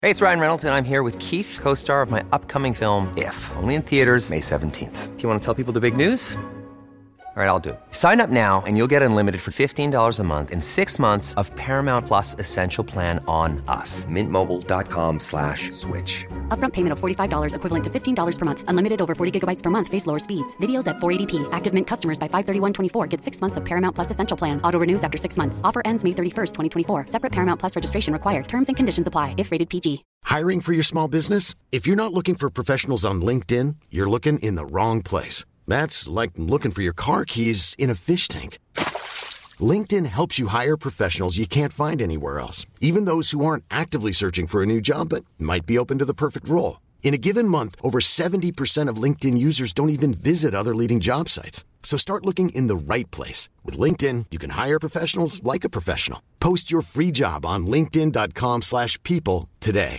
Hey, it's Ryan Reynolds, and I'm here with Keith, co-star of my upcoming film, If, only in theaters May 17th. Do you want to tell people the big news? All right, I'll do it. Sign up now and you'll get unlimited for $15 a month and 6 months of Paramount Plus Essential Plan on us. MintMobile.com/switch. Upfront payment of $45 equivalent to $15 per month. Unlimited over 40 gigabytes per month. Face lower speeds. Videos at 480p. Active Mint customers by 531.24 get 6 months of Paramount Plus Essential Plan. Auto renews after 6 months. Offer ends May 31st, 2024. Separate Paramount Plus registration required. Terms and conditions apply if rated PG. Hiring for your small business? If you're not looking for professionals on LinkedIn, you're looking in the wrong place. That's like looking for your car keys in a fish tank. LinkedIn helps you hire professionals you can't find anywhere else, even those who aren't actively searching for a new job but might be open to the perfect role. In a given month, over 70% of LinkedIn users don't even visit other leading job sites. So start looking in the right place. With LinkedIn, you can hire professionals like a professional. Post your free job on linkedin.com/people today.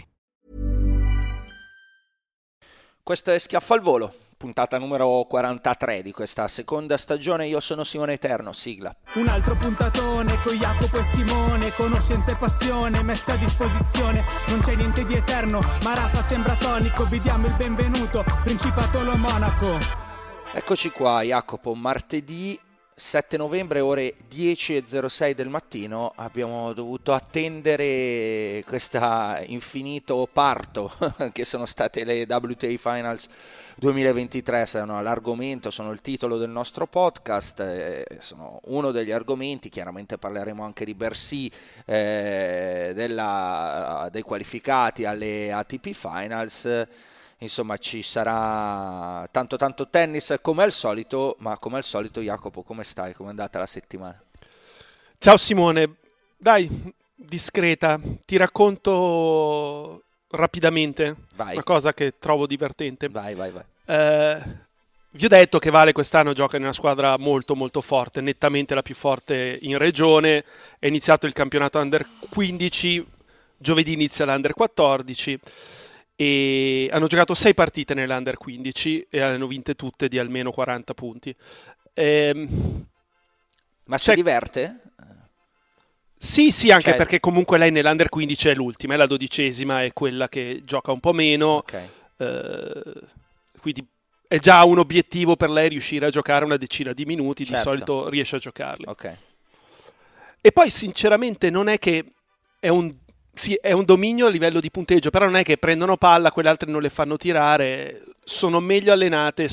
Questo è Schiaffo al Volo, puntata numero 43 di questa seconda stagione. Io sono Simone Eterno, sigla. Un altro puntatone con Jacopo e Simone, conoscenza e passione messa a disposizione. Non c'è niente di eterno, ma Rafa sembra tonico. Vi diamo il benvenuto, Principatolo Monaco. Eccoci qua, Jacopo, martedì 7 novembre, ore 10:06 del mattino. Abbiamo dovuto attendere questo infinito parto che sono state le WTA Finals 2023. Sono l'argomento, sono il titolo del nostro podcast, sono uno degli argomenti. Chiaramente parleremo anche di Bercy, dei qualificati alle ATP Finals. Insomma, ci sarà tanto tennis come al solito, ma come al solito, Jacopo, come stai? Come è andata la settimana? Ciao Simone, dai, discreta, ti racconto rapidamente una cosa che trovo divertente. Vai. Vi ho detto che Vale quest'anno gioca in una squadra molto molto forte, nettamente la più forte in regione. È iniziato il campionato Under 15, giovedì inizia l'Under 14. E hanno giocato 6 partite nell'Under 15 e hanno vinte tutte di almeno 40 punti. Ma si diverte? Sì, anche perché comunque lei nell'Under 15 è l'ultima, è la 12ª, è quella che gioca un po' meno. Okay. Quindi è già un obiettivo per lei riuscire a giocare una decina di minuti, certo. Di solito riesce a giocarli. Okay. E poi sinceramente non è che è un dominio a livello di punteggio, però non è che prendono palla, quelle altre non le fanno tirare, sono meglio allenate,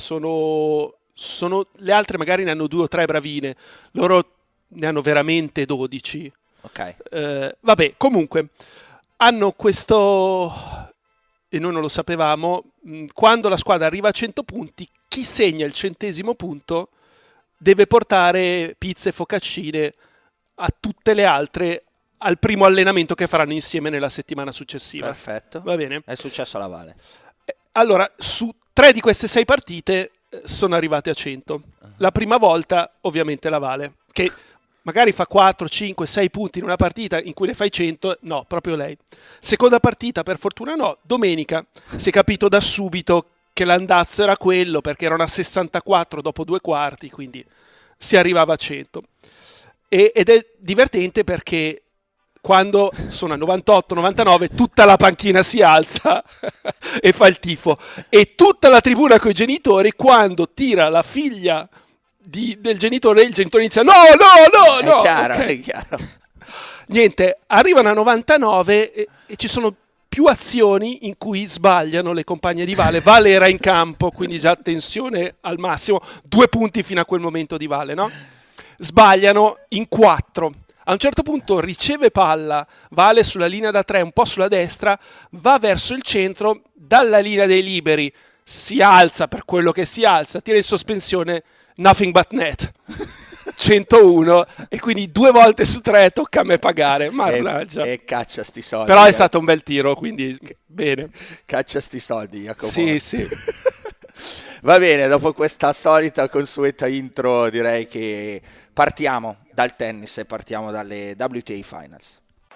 le altre magari ne hanno 2 o 3 bravine, loro ne hanno veramente 12. Ok. Vabbè, comunque, hanno questo, e noi non lo sapevamo, quando la squadra arriva a 100 punti, chi segna il 100° punto deve portare pizze e focaccine a tutte le altre al primo allenamento che faranno insieme nella settimana successiva. Perfetto. Va bene? È successo alla Vale. Allora, su 3 di queste 6 partite sono arrivate a 100. La prima volta, ovviamente, la Vale, che magari fa 4, 5, 6 punti in una partita in cui ne fai 100, no, proprio lei. Seconda partita, per fortuna no, domenica. Si è capito da subito che l'andazzo era quello, perché erano a 64 dopo 2 quarti, quindi si arrivava a 100. Ed è divertente perché quando sono a 98-99 tutta la panchina si alza e fa il tifo, e tutta la tribuna con i genitori, quando tira la figlia del genitore, il genitore inizia no, È chiaro, okay. È chiaro. Niente, arrivano a 99 e ci sono più azioni in cui sbagliano le compagne di Vale. Vale era in campo, quindi già tensione al massimo, 2 punti fino a quel momento di Vale, no? Sbagliano in 4. A un certo punto riceve palla, Vale sulla linea da 3, un po' sulla destra, va verso il centro, dalla linea dei liberi si alza per quello che si alza, tira in sospensione, nothing but net. 101, e quindi 2 volte su 3 tocca a me pagare, mannaggia. E caccia sti soldi. Però è stato un bel tiro, quindi bene. Caccia sti soldi, Jacopo. Sì. Va bene, dopo questa solita consueta intro direi che partiamo dal tennis e partiamo dalle WTA Finals.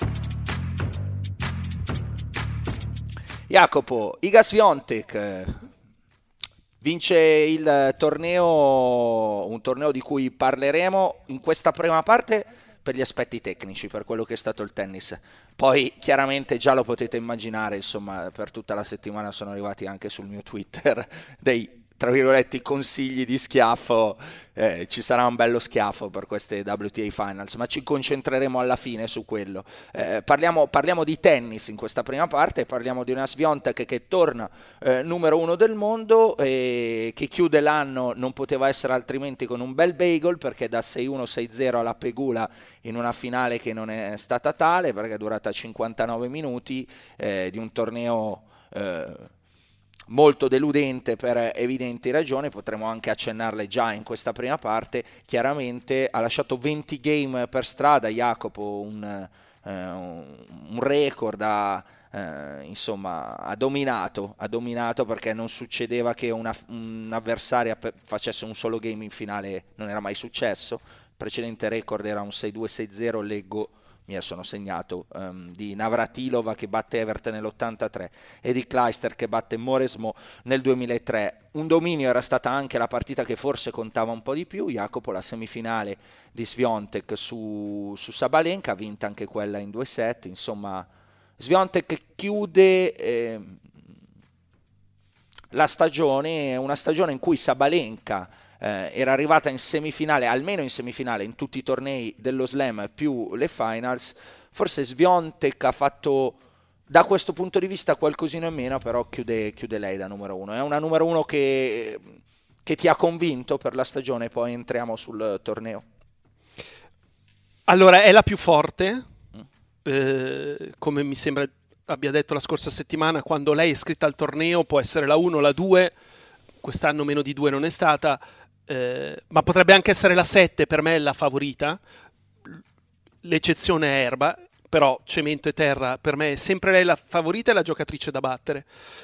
Jacopo, Iga Swiatek vince il torneo, un torneo di cui parleremo in questa prima parte. per gli aspetti tecnici, per quello che è stato il tennis. Poi chiaramente già lo potete immaginare, insomma, per tutta la settimana sono arrivati anche sul mio Twitter dei, tra virgolette, consigli di schiaffo. Ci sarà un bello schiaffo per queste WTA Finals, ma ci concentreremo alla fine su quello. Parliamo di tennis in questa prima parte, parliamo di una Swiatek che torna numero 1 del mondo e che chiude l'anno, non poteva essere altrimenti, con un bel bagel, perché da 6-1, 6-0 alla Pegula in una finale che non è stata tale, perché è durata 59 minuti, di un torneo molto deludente per evidenti ragioni. Potremo anche accennarle già in questa prima parte. Chiaramente ha lasciato 20 game per strada Jacopo, un record, insomma ha dominato perché non succedeva che un'avversaria facesse un solo game in finale, non era mai successo. Il precedente record era un 6-2, 6-0, leggo, mi sono segnato, di Navratilova che batte Evert nell'83 e di Clijsters che batte Mauresmo nel 2003. Un dominio era stata anche la partita che forse contava un po' di più. Jacopo, la semifinale di Swiatek su Sabalenka, ha vinta anche quella in 2 set. Insomma, Swiatek chiude la stagione, una stagione in cui Sabalenka era arrivata in semifinale, almeno in semifinale in tutti i tornei dello Slam più le Finals. Forse Swiatek ha fatto da questo punto di vista qualcosina in meno, però chiude lei da numero 1. È una numero 1 che ti ha convinto per la stagione. Poi entriamo sul torneo. Allora, è la più forte, come mi sembra abbia detto la scorsa settimana, quando lei è iscritta al torneo può essere la 1 o la 2, quest'anno meno di 2 non è stata, ma potrebbe anche essere la 7, per me è la favorita. L'eccezione è Erba, però cemento e terra, per me è sempre lei la favorita e la giocatrice da battere.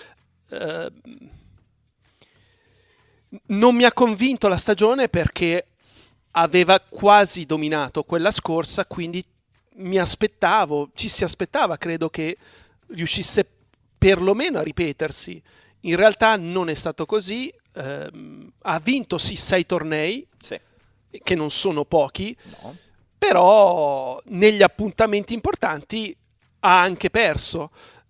Non mi ha convinto la stagione perché aveva quasi dominato quella scorsa, quindi ci si aspettava, credo, che riuscisse perlomeno a ripetersi. In realtà non è stato così. Ha vinto 6 tornei, sì, che non sono pochi, no, però negli appuntamenti importanti ha anche perso.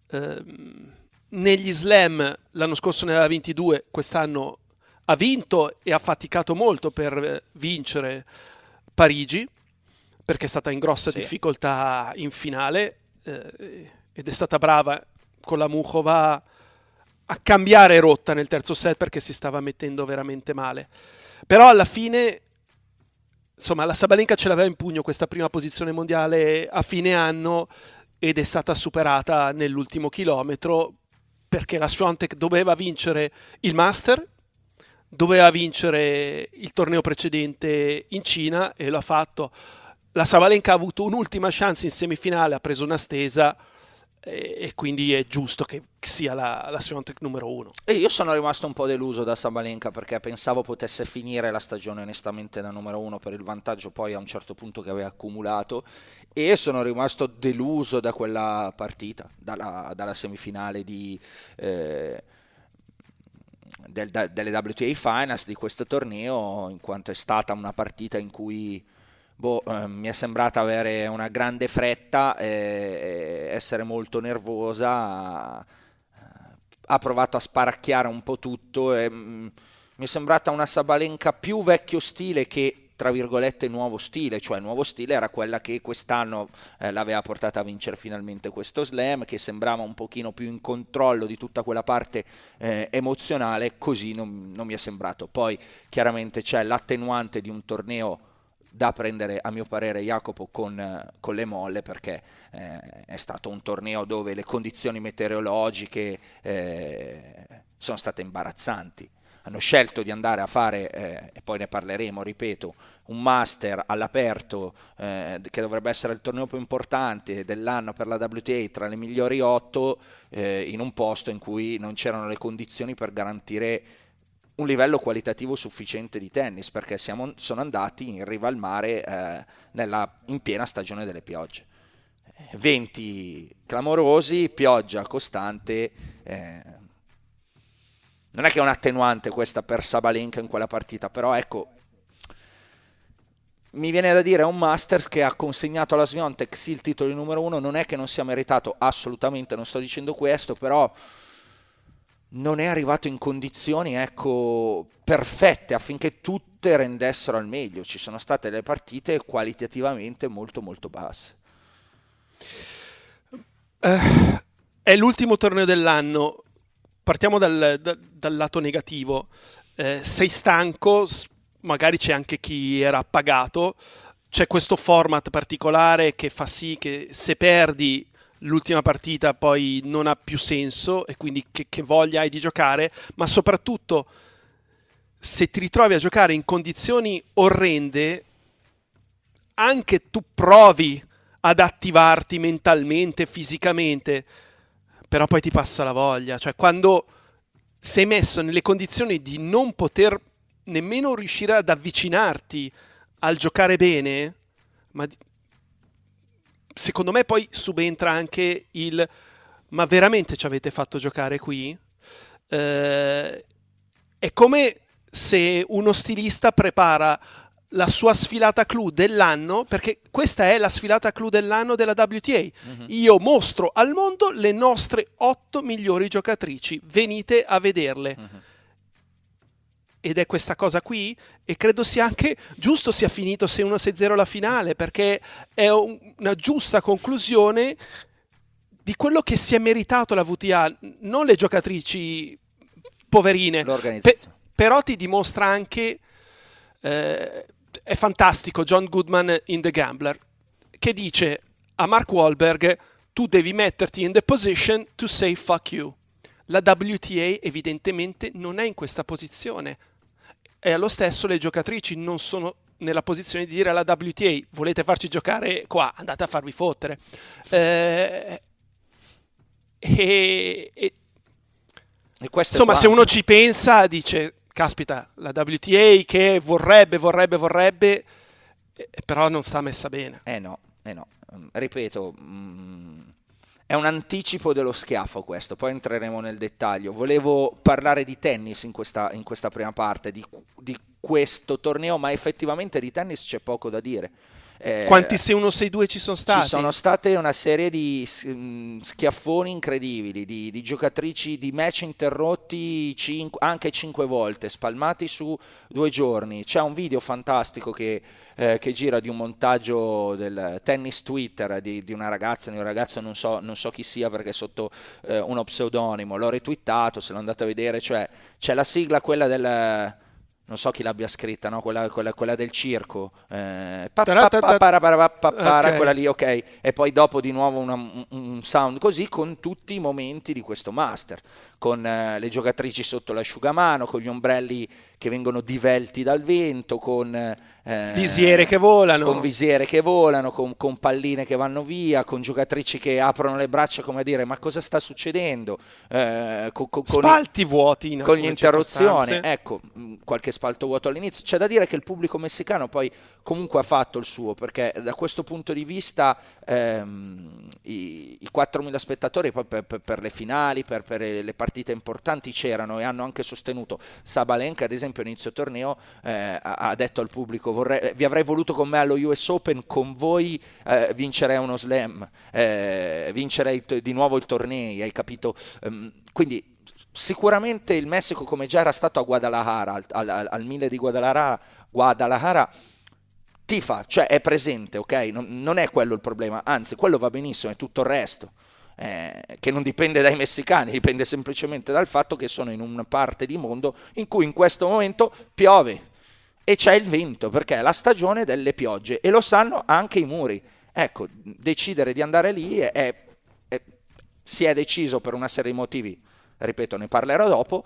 Negli Slam l'anno scorso ne aveva 22, quest'anno ha vinto e ha faticato molto per vincere Parigi, perché è stata in grossa difficoltà in finale, ed è stata brava con la Muchova a cambiare rotta nel terzo set perché si stava mettendo veramente male. Però alla fine, insomma, la Sabalenka ce l'aveva in pugno questa prima posizione mondiale a fine anno ed è stata superata nell'ultimo chilometro, perché la Swiatek doveva vincere il Master, doveva vincere il torneo precedente in Cina e lo ha fatto. La Sabalenka ha avuto un'ultima chance in semifinale, ha preso una stesa, e quindi è giusto che sia la Swiatek numero 1. E io sono rimasto un po' deluso da Sabalenka, perché pensavo potesse finire la stagione onestamente da numero 1 per il vantaggio poi a un certo punto che aveva accumulato, e sono rimasto deluso da quella partita, dalla semifinale delle WTA Finals di questo torneo, in quanto è stata una partita in cui mi è sembrata avere una grande fretta e essere molto nervosa. Ha provato a sparacchiare un po' tutto e mi è sembrata una Sabalenka più vecchio stile che, tra virgolette, nuovo stile. Cioè nuovo stile era quella che quest'anno l'aveva portata a vincere finalmente questo Slam, che sembrava un pochino più in controllo di tutta quella parte emozionale. Così non mi è sembrato. Poi chiaramente c'è l'attenuante di un torneo da prendere, a mio parere, Jacopo, con le molle, perché è stato un torneo dove le condizioni meteorologiche sono state imbarazzanti. Hanno scelto di andare a fare, e poi ne parleremo, ripeto, un Master all'aperto, che dovrebbe essere il torneo più importante dell'anno per la WTA, tra le migliori 8, in un posto in cui non c'erano le condizioni per garantire un livello qualitativo sufficiente di tennis, perché sono andati in riva al mare in piena stagione delle piogge. Venti clamorosi, pioggia costante. Non è che è un attenuante questa per Sabalenka in quella partita, però ecco, mi viene da dire, è un Masters che ha consegnato alla Swiatek sì il titolo di numero 1, non è che non sia meritato, assolutamente non sto dicendo questo, però non è arrivato in condizioni, ecco, perfette affinché tutte rendessero al meglio. Ci sono state delle partite qualitativamente molto molto basse. È l'ultimo torneo dell'anno, partiamo dal lato negativo. Sei stanco, magari c'è anche chi era appagato, c'è questo format particolare che fa sì che se perdi l'ultima partita poi non ha più senso e quindi che voglia hai di giocare, ma soprattutto se ti ritrovi a giocare in condizioni orrende, anche tu provi ad attivarti mentalmente, fisicamente, però poi ti passa la voglia. Cioè quando sei messo nelle condizioni di non poter nemmeno riuscire ad avvicinarti al giocare bene, ma secondo me poi subentra anche ma veramente ci avete fatto giocare qui? È come se uno stilista prepara la sua sfilata clou dell'anno, perché questa è la sfilata clou dell'anno della WTA. Mm-hmm. Io mostro al mondo le nostre 8 migliori giocatrici, venite a vederle. Mm-hmm. Ed è questa cosa qui, e credo sia anche giusto sia finito 6-1-6-0 la finale, perché è una giusta conclusione di quello che si è meritato la WTA, non le giocatrici poverine. L'organizzazione. Però ti dimostra anche, è fantastico, John Goodman in The Gambler, che dice a Mark Wahlberg: tu devi metterti in the position to say fuck you. La WTA evidentemente non è in questa posizione. E allo stesso le giocatrici non sono nella posizione di dire alla WTA: volete farci giocare qua, andate a farvi fottere. Insomma, se uno ci pensa, dice: caspita, la WTA che vorrebbe, però non sta messa bene. No. Ripeto, è un anticipo dello schiaffo questo, poi entreremo nel dettaglio. Volevo parlare di tennis in questa prima parte, di questo torneo, ma effettivamente di tennis c'è poco da dire. Quanti 6-1-6-2 ci sono stati? Ci sono state una serie di schiaffoni incredibili, di giocatrici, di match interrotti anche 5 volte, spalmati su 2 giorni. C'è un video fantastico che gira di un montaggio del tennis Twitter di una ragazza, di un ragazzo, non so chi sia perché è sotto uno pseudonimo, l'ho retweetato, se lo andate a vedere, cioè c'è la sigla, quella del... non so chi l'abbia scritta, no? Quella del circo, quella lì, ok, e poi dopo di nuovo un sound così, con tutti i momenti di questo master, con le giocatrici sotto l'asciugamano, con gli ombrelli che vengono divelti dal vento, con visiere che volano, con palline che vanno via, con giocatrici che aprono le braccia come a dire: ma cosa sta succedendo? Spalti vuoti con gli interruzioni, ecco, qualche spalto vuoto all'inizio. C'è da dire che il pubblico messicano poi comunque ha fatto il suo, perché da questo punto di vista i 4.000 spettatori poi per le finali, per le partite importanti c'erano, e hanno anche sostenuto. Sabalenka ad esempio inizio torneo ha detto al pubblico: vi avrei voluto con me allo US Open, con voi vincerei uno slam, vincerei di nuovo il torneo, hai capito? Quindi sicuramente il Messico, come già era stato a Guadalajara, al 1000 di Guadalajara tifa, cioè è presente, ok? Non è quello il problema, anzi quello va benissimo, è tutto il resto che non dipende dai messicani, dipende semplicemente dal fatto che sono in una parte di mondo in cui in questo momento piove e c'è il vento, perché è la stagione delle piogge, e lo sanno anche i muri. Ecco, decidere di andare lì si è deciso per una serie di motivi, ripeto, ne parlerò dopo,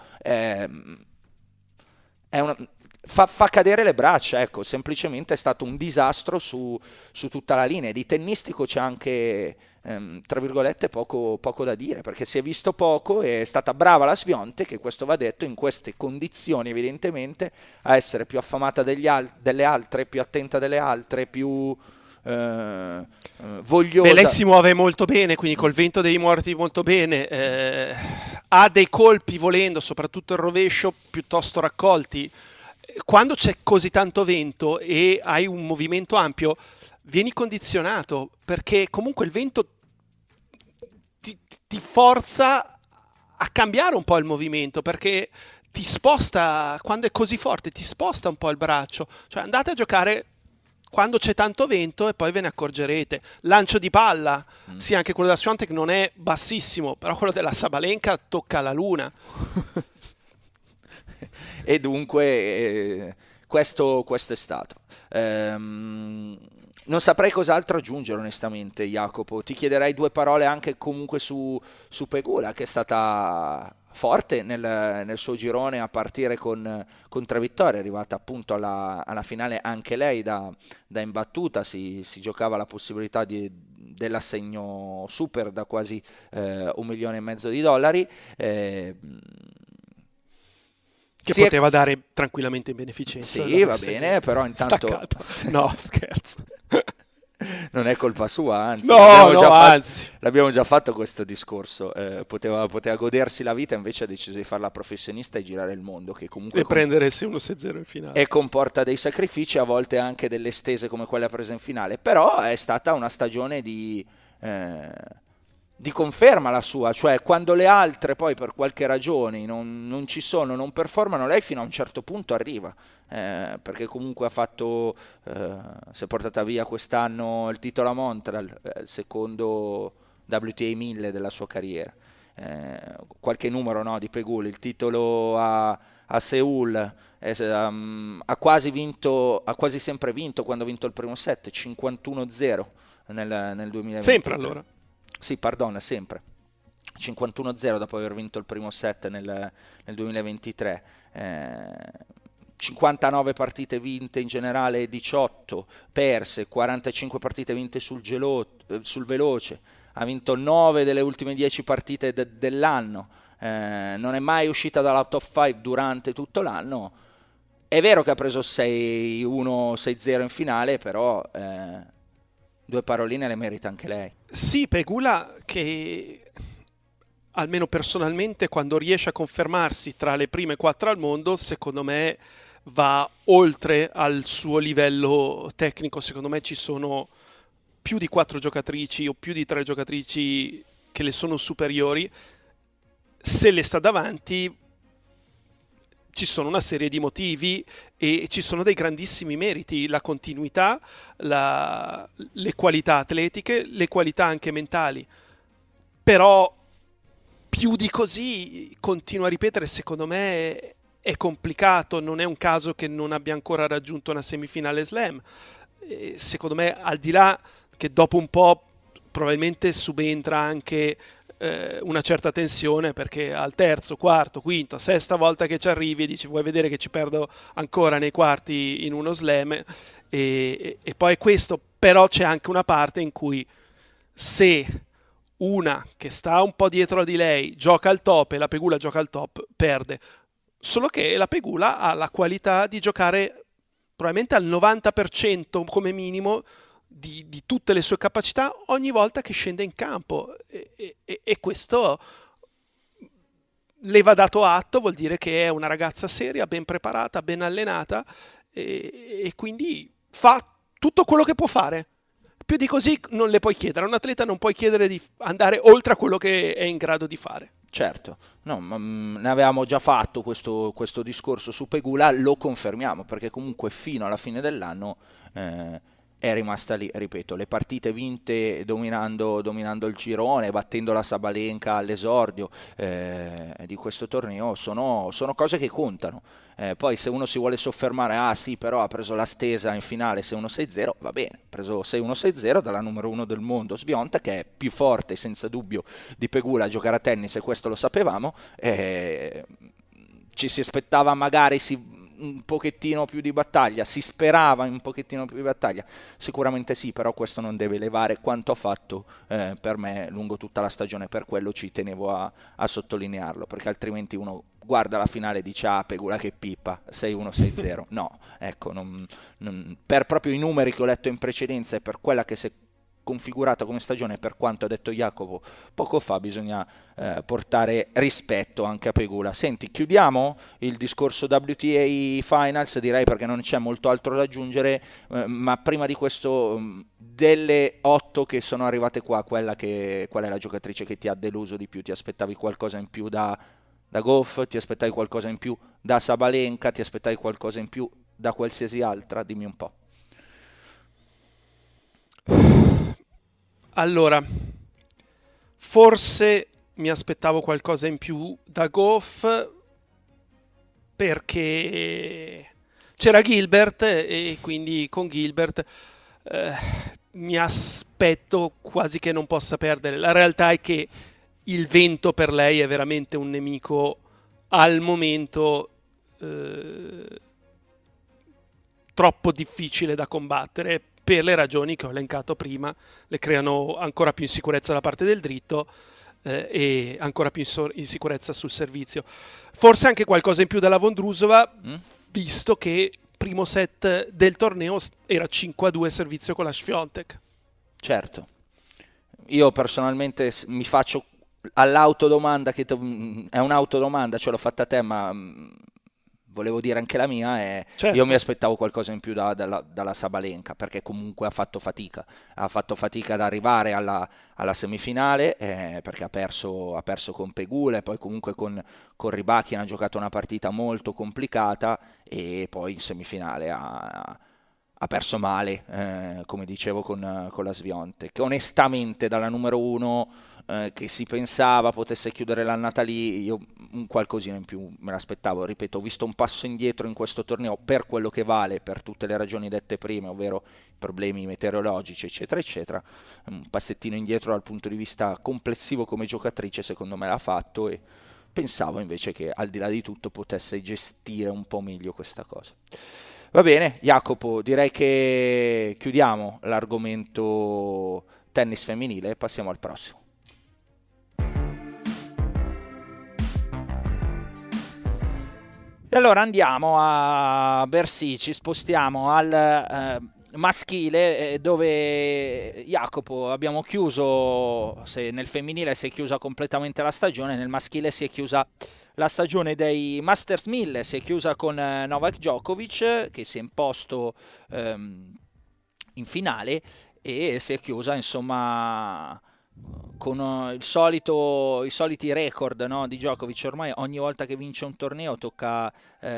fa cadere le braccia, ecco, semplicemente è stato un disastro su tutta la linea. Di tennistico c'è anche, tra virgolette, poco da dire, perché si è visto poco, e è stata brava la Swiatek, che questo va detto, in queste condizioni evidentemente a essere più affamata delle altre, più attenta delle altre, più vogliosa. Lei si muove molto bene, quindi col vento dei morti molto bene, ha dei colpi volendo, soprattutto il rovescio, piuttosto raccolti. quando c'è così tanto vento e hai un movimento ampio, vieni condizionato, perché comunque il vento ti forza a cambiare un po' il movimento, perché ti sposta, quando è così forte, ti sposta un po' il braccio. Cioè andate a giocare quando c'è tanto vento e poi ve ne accorgerete. Lancio di palla, sì, anche quello della Swiatek non è bassissimo, però quello della Sabalenka tocca la luna. E dunque questo è stato. Non saprei cos'altro aggiungere onestamente, Jacopo. Ti chiederei due parole anche comunque su Pegula, che è stata forte nel suo girone a partire con 3 vittorie, è arrivata appunto alla finale anche lei da imbattuta, si giocava la possibilità dell'assegno super da quasi $1,5 milioni. Che poteva dare tranquillamente in beneficenza. Sì, va bene, però intanto... Staccata. No, scherzo. Non è colpa sua, anzi. Anzi. L'abbiamo già fatto questo discorso. Poteva godersi la vita, invece ha deciso di farla professionista e girare il mondo. Che comunque prendere 6-1-6-0 in finale. E comporta dei sacrifici, a volte anche delle stese come quella presa in finale. Però è stata una stagione di conferma la sua, cioè quando le altre poi per qualche ragione non ci sono, non performano, lei fino a un certo punto arriva, perché comunque ha fatto, si è portata via quest'anno il titolo a Montreal, il secondo WTA 1000 della sua carriera, qualche numero di Pegula, il titolo a Seul, ha quasi sempre vinto quando ha vinto il primo set, 51-0 nel 2020. Sempre allora. Sì, pardon, sempre 51-0 dopo aver vinto il primo set nel 2023, 59 partite vinte in generale, 18 perse, 45 partite vinte sul veloce, ha vinto 9 delle ultime 10 partite dell'anno, non è mai uscita dalla top 5 durante tutto l'anno. È vero che ha preso 6-1, 6-0 in finale, però... due paroline le merita anche lei. Sì, Pegula che almeno personalmente quando riesce a confermarsi tra le prime 4 al mondo, secondo me va oltre al suo livello tecnico. Secondo me ci sono più di 4 giocatrici o più di 3 giocatrici che le sono superiori. Se le sta davanti ci sono una serie di motivi e ci sono dei grandissimi meriti, la continuità, le qualità atletiche, le qualità anche mentali. Però più di così, continuo a ripetere, secondo me è complicato, non è un caso che non abbia ancora raggiunto una semifinale slam. Secondo me, al di là che dopo un po' probabilmente subentra anche una certa tensione, perché al terzo, quarto, quinto, sesta volta che ci arrivi e dici vuoi vedere che ci perdo ancora nei quarti in uno slam, e poi questo. Però c'è anche una parte in cui se una che sta un po' dietro di lei gioca al top e la Pegula gioca al top, perde. Solo che la Pegula ha la qualità di giocare probabilmente al 90% come minimo di tutte le sue capacità ogni volta che scende in campo, e questo le va dato atto, vuol dire che è una ragazza seria, ben preparata, ben allenata, e quindi fa tutto quello che può fare. Più di così non le puoi chiedere, a un atleta non puoi chiedere di andare oltre a quello che è in grado di fare. Certo, no, ma ne avevamo già fatto questo discorso su Pegula, lo confermiamo, perché comunque fino alla fine dell'anno è rimasta lì, ripeto, le partite vinte dominando il girone, battendo la Sabalenka all'esordio di questo torneo, sono cose che contano. Poi se uno si vuole soffermare, sì, però ha preso la stesa in finale 6-1-6-0, va bene, ha preso 6-1-6-0 dalla numero 1 del mondo, Swiatek, che è più forte senza dubbio di Pegula a giocare a tennis, e questo lo sapevamo. Ci si aspettava magari un pochettino più di battaglia, si sperava un pochettino più di battaglia, sicuramente sì, però questo non deve elevare quanto ha fatto per me lungo tutta la stagione. Per quello ci tenevo a sottolinearlo, perché altrimenti uno guarda la finale e dice Pegula che pippa, 6-1-6-0. No, ecco, per proprio i numeri che ho letto in precedenza e per quella che configurata come stagione, per quanto ha detto Jacopo poco fa, bisogna portare rispetto anche a Pegula. Senti, chiudiamo il discorso WTA Finals, direi, perché non c'è molto altro da aggiungere, ma prima di questo, delle 8 che sono arrivate qua, qual è la giocatrice che ti ha deluso di più? Ti aspettavi qualcosa in più da Gauff? Ti aspettavi qualcosa in più da Sabalenka? Ti aspettavi qualcosa in più da qualsiasi altra? Dimmi un po'. Allora, forse mi aspettavo qualcosa in più da Gauff, perché c'era Gilbert e quindi con Gilbert mi aspetto quasi che non possa perdere. La realtà è che il vento per lei è veramente un nemico al momento troppo difficile da combattere, per le ragioni che ho elencato prima. Le creano ancora più insicurezza da parte del dritto e ancora più insicurezza sul servizio. Forse anche qualcosa in più dalla Vondrousova, visto che primo set del torneo era 5-2 servizio con la Swiatek. Certo, io personalmente mi faccio all'autodomanda, che è un'autodomanda, ce l'ho fatta a te, ma volevo dire anche la mia, certo. Io mi aspettavo qualcosa in più dalla Sabalenka, perché comunque ha fatto fatica ad arrivare alla semifinale, perché ha perso con Pegula, e poi comunque con Rybakina ha giocato una partita molto complicata, e poi in semifinale ha perso male, come dicevo, con la Swiatek, che onestamente dalla numero 1 che si pensava potesse chiudere l'annata lì, io un qualcosina in più me l'aspettavo. Ripeto, ho visto un passo indietro in questo torneo, per quello che vale, per tutte le ragioni dette prima, ovvero i problemi meteorologici eccetera eccetera. Un passettino indietro dal punto di vista complessivo come giocatrice, secondo me l'ha fatto, e pensavo invece che al di là di tutto potesse gestire un po' meglio questa cosa. Va bene, Jacopo, direi che chiudiamo l'argomento tennis femminile e passiamo al prossimo. E allora andiamo a Bercy, ci spostiamo al maschile, dove, Jacopo, abbiamo chiuso, nel femminile si è chiusa completamente la stagione, nel maschile si è chiusa la stagione dei Masters 1000, si è chiusa con Novak Djokovic, che si è imposto in finale, e si è chiusa in con i soliti record, no, di Djokovic. Ormai ogni volta che vince un torneo tocca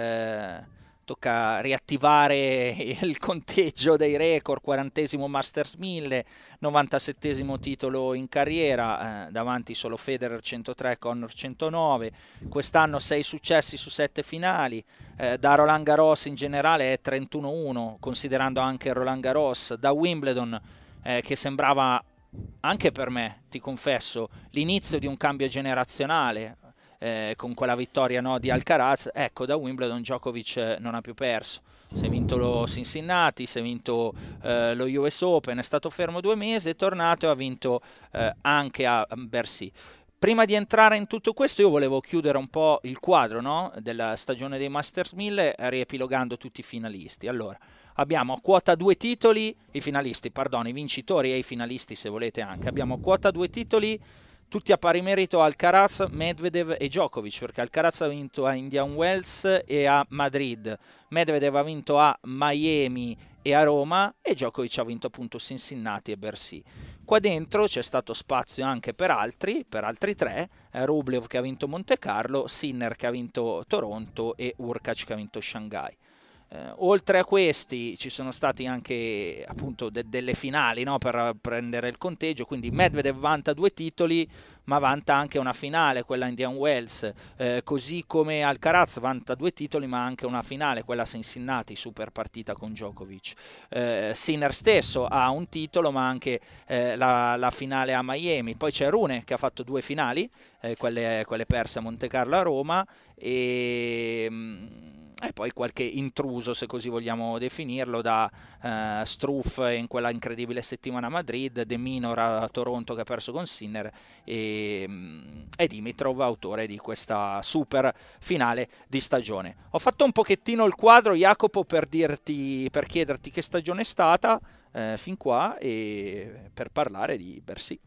riattivare il conteggio dei record. 40° Masters 1000, 97° titolo in carriera, davanti solo Federer 103, Connor 109. Quest'anno 6 successi su 7 finali, da Roland Garros in generale è 31-1, considerando anche Roland Garros. Da Wimbledon, che sembrava anche per me, ti confesso, l'inizio di un cambio generazionale, con quella vittoria, no, di Alcaraz. Ecco, da Wimbledon Djokovic non ha più perso. Si è vinto lo Cincinnati, si è vinto lo US Open, è stato fermo 2 mesi, è tornato e ha vinto anche a Bercy. Prima di entrare in tutto questo, io volevo chiudere un po' il quadro, no, della stagione dei Masters 1000, riepilogando tutti i finalisti. Allora, abbiamo a quota 2 titoli, i vincitori e i finalisti, se volete anche. Abbiamo quota 2 titoli, tutti a pari merito: Alcaraz, Medvedev e Djokovic, perché Alcaraz ha vinto a Indian Wells e a Madrid, Medvedev ha vinto a Miami e a Roma, e Djokovic ha vinto appunto Cincinnati e Bercy. Qua dentro c'è stato spazio anche per altri 3, Rublev che ha vinto Monte Carlo, Sinner che ha vinto Toronto e Hurkacz che ha vinto Shanghai. Oltre a questi ci sono stati anche appunto delle finali, no, per prendere il conteggio, quindi Medvedev vanta 2 titoli, ma vanta anche una finale, quella Indian Wells, così come Alcaraz vanta 2 titoli ma anche una finale, quella Cincinnati, super partita con Djokovic. Sinner stesso ha un titolo ma anche la finale a Miami. Poi c'è Rune che ha fatto 2 finali, quelle perse a Monte Carlo a Roma, e poi qualche intruso, se così vogliamo definirlo, da Struff in quella incredibile settimana a Madrid, De Minaur a Toronto che ha perso con Sinner, e Dimitrov, autore di questa super finale di stagione. Ho fatto un pochettino il quadro, Jacopo, per chiederti che stagione è stata, fin qua, e per parlare di Bercy.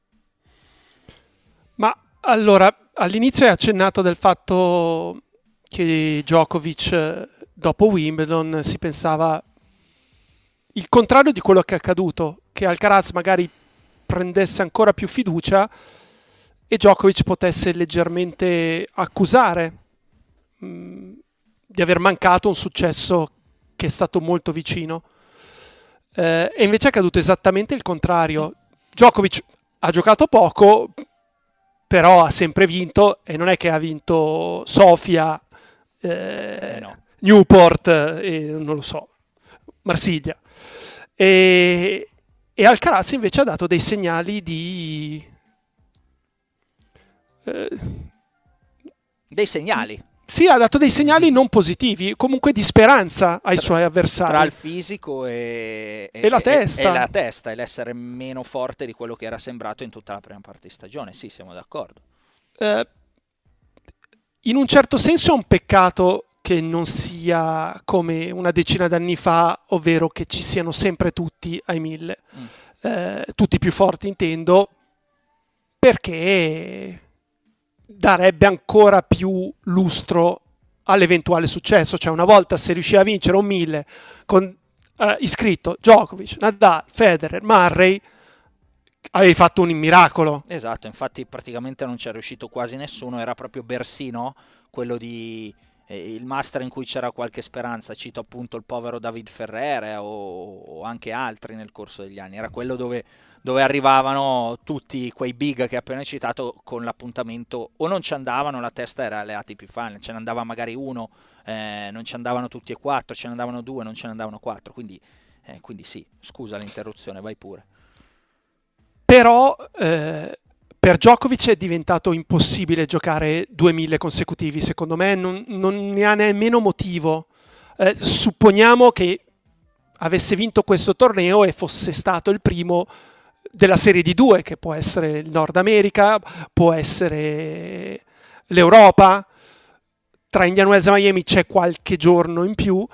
Ma allora, all'inizio hai accennato del fatto che Djokovic dopo Wimbledon si pensava il contrario di quello che è accaduto, che Alcaraz magari prendesse ancora più fiducia e Djokovic potesse leggermente accusare di aver mancato un successo che è stato molto vicino. E invece è accaduto esattamente il contrario. Djokovic ha giocato poco, però ha sempre vinto, e non è che ha vinto Sofia, No. Newport, non lo so, Marsiglia. E Alcaraz invece ha dato dei segnali di... Dei segnali. Sì, ha dato dei segnali non positivi, comunque di speranza ai suoi avversari. Tra il fisico e la testa. E la testa, e l'essere meno forte di quello che era sembrato in tutta la prima parte di stagione. Sì, siamo d'accordo. In un certo senso è un peccato che non sia come una decina d'anni fa, ovvero che ci siano sempre tutti ai 1000. Tutti più forti intendo, perché darebbe ancora più lustro all'eventuale successo. Cioè, una volta se riusciva a vincere un 1000 con iscritto Djokovic, Nadal, Federer, Murray, avevi fatto un miracolo. Esatto, infatti praticamente non c'è riuscito quasi nessuno, era proprio Bercy, no? Quello di il master in cui c'era qualche speranza, cito appunto il povero David Ferrer o anche altri nel corso degli anni, era quello dove arrivavano tutti quei big che ho appena citato con l'appuntamento, o non ci andavano, la testa era alle ATP Final, ce ne andava magari uno, non ci andavano tutti e quattro, ce ne andavano due, non ce ne andavano quattro, quindi sì, scusa l'interruzione, vai pure. Però per Djokovic è diventato impossibile giocare 2000 consecutivi, secondo me non ne ha nemmeno motivo. Supponiamo che avesse vinto questo torneo e fosse stato il primo della serie di due, che può essere il Nord America, può essere l'Europa. Tra Indian Wells e Miami c'è qualche giorno in più,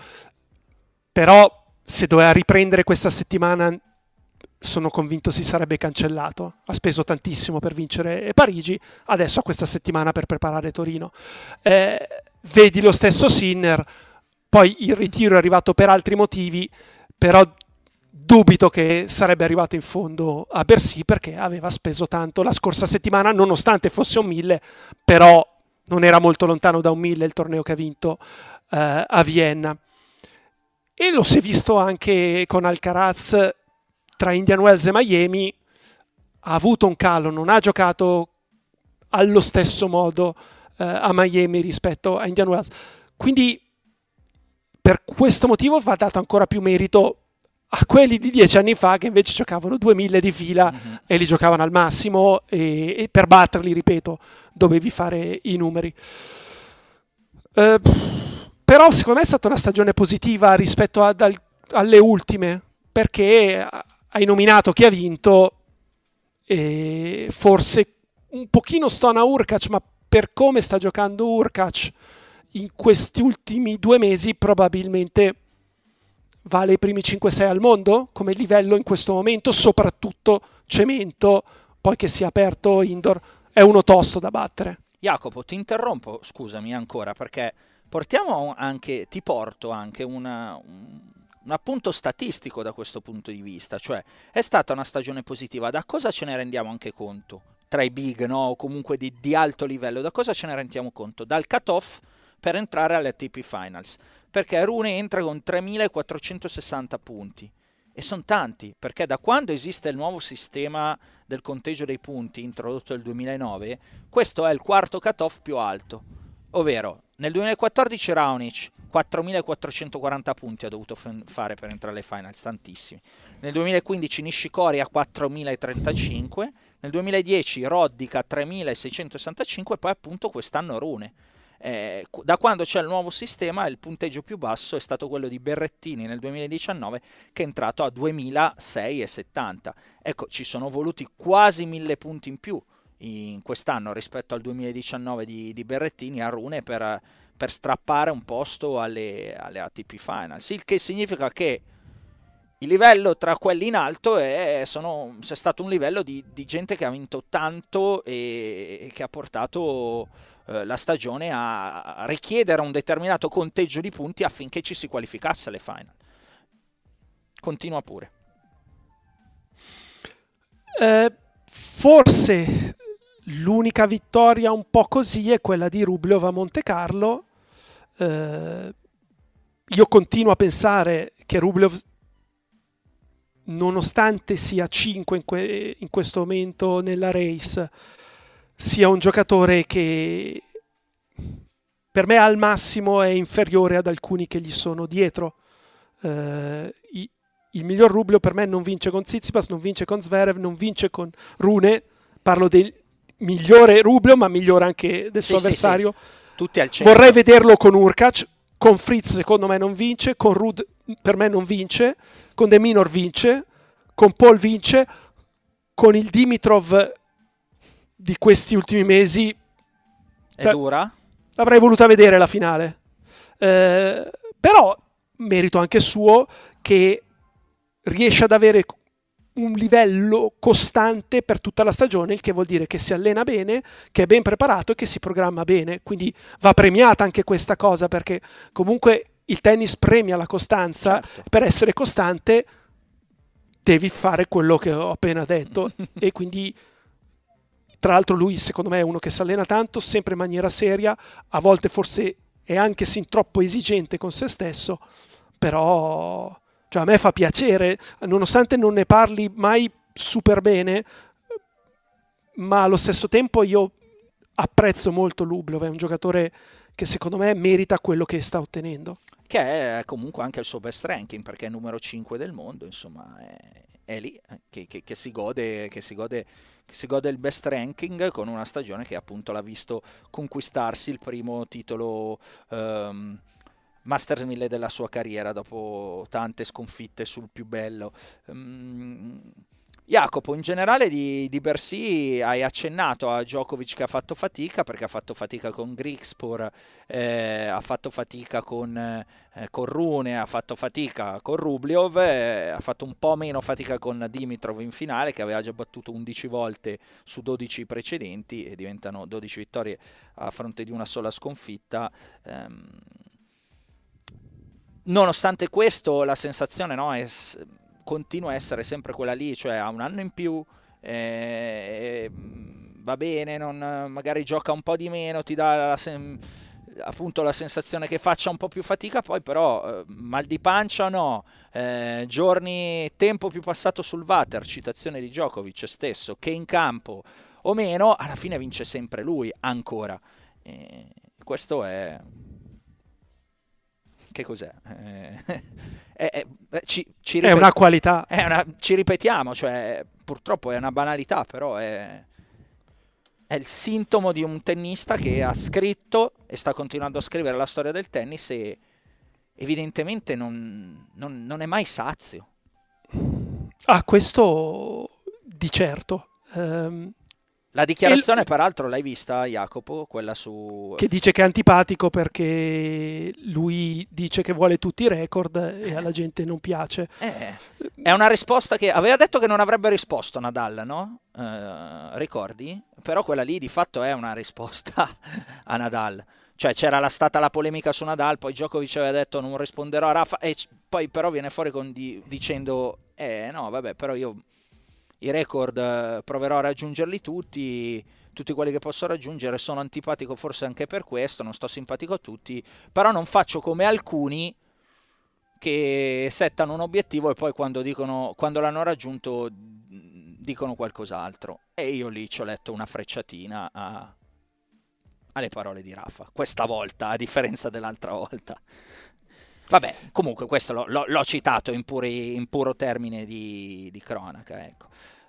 però se doveva riprendere questa settimana sono convinto si sarebbe cancellato. Ha speso tantissimo per vincere Parigi, adesso ha questa settimana per preparare Torino. Vedi lo stesso Sinner, poi il ritiro è arrivato per altri motivi, però dubito che sarebbe arrivato in fondo a Bercy, perché aveva speso tanto la scorsa settimana, nonostante fosse un 1000, però non era molto lontano da un 1000 il torneo che ha vinto a Vienna. E lo si è visto anche con Alcaraz tra Indian Wells e Miami, ha avuto un calo, non ha giocato allo stesso modo a Miami rispetto a Indian Wells. Quindi per questo motivo va dato ancora più merito a quelli di 10 anni fa, che invece giocavano 2000 di fila e li giocavano al massimo, e per batterli, ripeto, dovevi fare i numeri. Però secondo me è stata una stagione positiva rispetto alle ultime, perché hai nominato chi ha vinto, e forse un pochino stona Hurkacz, ma per come sta giocando Hurkacz in questi ultimi 2 mesi probabilmente vale i primi 5-6 al mondo come livello in questo momento, soprattutto cemento, poi che sia aperto indoor, è uno tosto da battere. Jacopo, ti interrompo, scusami ancora, perché ti porto anche un appunto statistico da questo punto di vista, cioè è stata una stagione positiva, da cosa ce ne rendiamo anche conto? Tra i big, no? O comunque di alto livello, da cosa ce ne rendiamo conto? Dal cut-off per entrare alle ATP Finals, perché Rune entra con 3.460 punti, e sono tanti, perché da quando esiste il nuovo sistema del conteggio dei punti introdotto nel 2009, questo è il quarto cut-off più alto, ovvero nel 2014 Raonic 4.440 punti ha dovuto fare per entrare alle finals, tantissimi. Nel 2015 Nishikori a 4.035, nel 2010 Roddick a 3.665 e poi appunto quest'anno Rune. Da quando c'è il nuovo sistema il punteggio più basso è stato quello di Berrettini nel 2019, che è entrato a 2.670. Ecco, ci sono voluti quasi 1.000 punti in più in quest'anno rispetto al 2019 di Berrettini a Rune per strappare un posto alle ATP Finals, il che significa che il livello tra quelli in alto c'è stato un livello di gente che ha vinto tanto e che ha portato la stagione a richiedere un determinato conteggio di punti affinché ci si qualificasse alle final. Continua pure. Forse l'unica vittoria un po' così è quella di Rublev a Monte Carlo. Io continuo a pensare che Rublev, nonostante sia 5 in questo momento nella race, sia un giocatore che per me al massimo è inferiore ad alcuni che gli sono dietro. Il miglior Rublev per me non vince con Tsitsipas, non vince con Zverev, non vince con Rune. Parlo del migliore Rublev, ma migliore anche del suo avversario. Sì. Tutti al centro. Vorrei vederlo con Hurkacz. Con Fritz secondo me non vince, con Ruud per me non vince, con De Minaur vince, con Paul vince, con il Dimitrov di questi ultimi mesi è dura? Avrei voluto vedere la finale, però merito anche suo che riesce ad avere un livello costante per tutta la stagione, il che vuol dire che si allena bene, che è ben preparato e che si programma bene, quindi va premiata anche questa cosa, perché comunque il tennis premia la costanza. Certo. Per essere costante devi fare quello che ho appena detto e quindi tra l'altro lui secondo me è uno che si allena tanto, sempre in maniera seria, a volte forse è anche sin troppo esigente con se stesso, però a me fa piacere, nonostante non ne parli mai super bene, ma allo stesso tempo io apprezzo molto Rublev, è un giocatore che secondo me merita quello che sta ottenendo. Che è comunque anche il suo best ranking, perché è numero 5 del mondo, insomma, è lì che si gode il best ranking con una stagione che appunto l'ha visto conquistarsi il primo titolo Masters 1000 della sua carriera dopo tante sconfitte sul più bello. Jacopo, in generale di Bercy hai accennato a Djokovic che ha fatto fatica, perché ha fatto fatica con Grigspor, ha fatto fatica con Rune, ha fatto fatica con Rublev, ha fatto un po' meno fatica con Dimitrov in finale, che aveva già battuto 11 volte su 12 precedenti e diventano 12 vittorie a fronte di una sola sconfitta. Nonostante questo la sensazione, no, continua a essere sempre quella lì, cioè ha un anno in più, va bene, magari gioca un po' di meno, ti dà appunto la sensazione che faccia un po' più fatica, poi però mal di pancia no, tempo più passato sul water, citazione di Djokovic stesso, che in campo o meno, alla fine vince sempre lui, ancora. Questo è... Che cos'è? È una qualità. Ci ripetiamo, cioè purtroppo è una banalità, però è il sintomo di un tennista che ha scritto e sta continuando a scrivere la storia del tennis e evidentemente non è mai sazio. Questo di certo. La dichiarazione peraltro l'hai vista, Jacopo? Quella su... Che dice che è antipatico perché lui dice che vuole tutti i record e alla gente non piace. È una risposta che... Aveva detto che non avrebbe risposto Nadal, no? Ricordi? Però quella lì di fatto è una risposta a Nadal. Cioè c'era stata la polemica su Nadal, poi Djokovic aveva detto non risponderò a Rafa, e poi però viene fuori dicendo no vabbè, però io... I record proverò a raggiungerli tutti quelli che posso raggiungere, sono antipatico forse anche per questo, non sto simpatico a tutti, però non faccio come alcuni che settano un obiettivo e poi quando l'hanno raggiunto dicono qualcos'altro. E io lì ci ho letto una frecciatina alle parole di Rafa, questa volta, a differenza dell'altra volta. Vabbè, comunque questo l'ho citato in puro termine di cronaca, ecco.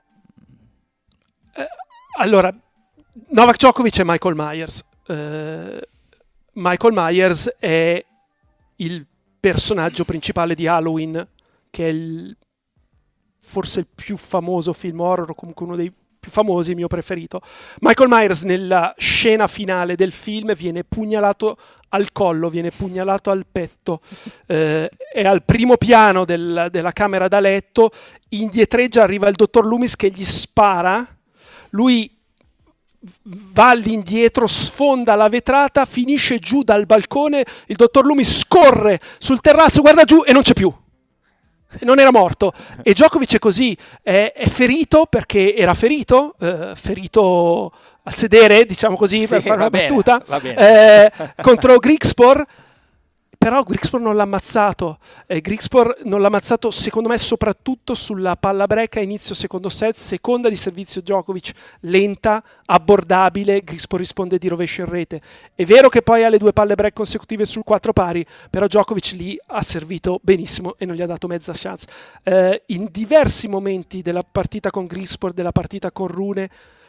Allora, Novak Djokovic e Michael Myers. Michael Myers è il personaggio principale di Halloween, che è forse il più famoso film horror, comunque uno dei più famosi, il mio preferito. Michael Myers nella scena finale del film viene pugnalato al collo, viene pugnalato al petto, è al primo piano della camera da letto, indietreggia, arriva il dottor Loomis che gli spara, lui va all'indietro, sfonda la vetrata, finisce giù dal balcone, il dottor Loomis corre sul terrazzo, guarda giù e non c'è più. Non era morto. E Djokovic è così, è ferito perché era ferito al sedere, diciamo così, sì, per fare una bene, battuta, va bene. contro Grigspor. Però Grigspor non l'ha ammazzato. Grigspor non l'ha ammazzato, secondo me, soprattutto sulla palla break a inizio secondo set, seconda di servizio Djokovic, lenta, abbordabile, Grigspor risponde di rovescio in rete. È vero che poi ha le 2 palle break consecutive sul 4 pari, però Djokovic lì ha servito benissimo e non gli ha dato mezza chance. In diversi momenti della partita con Grigspor, della partita con Rune,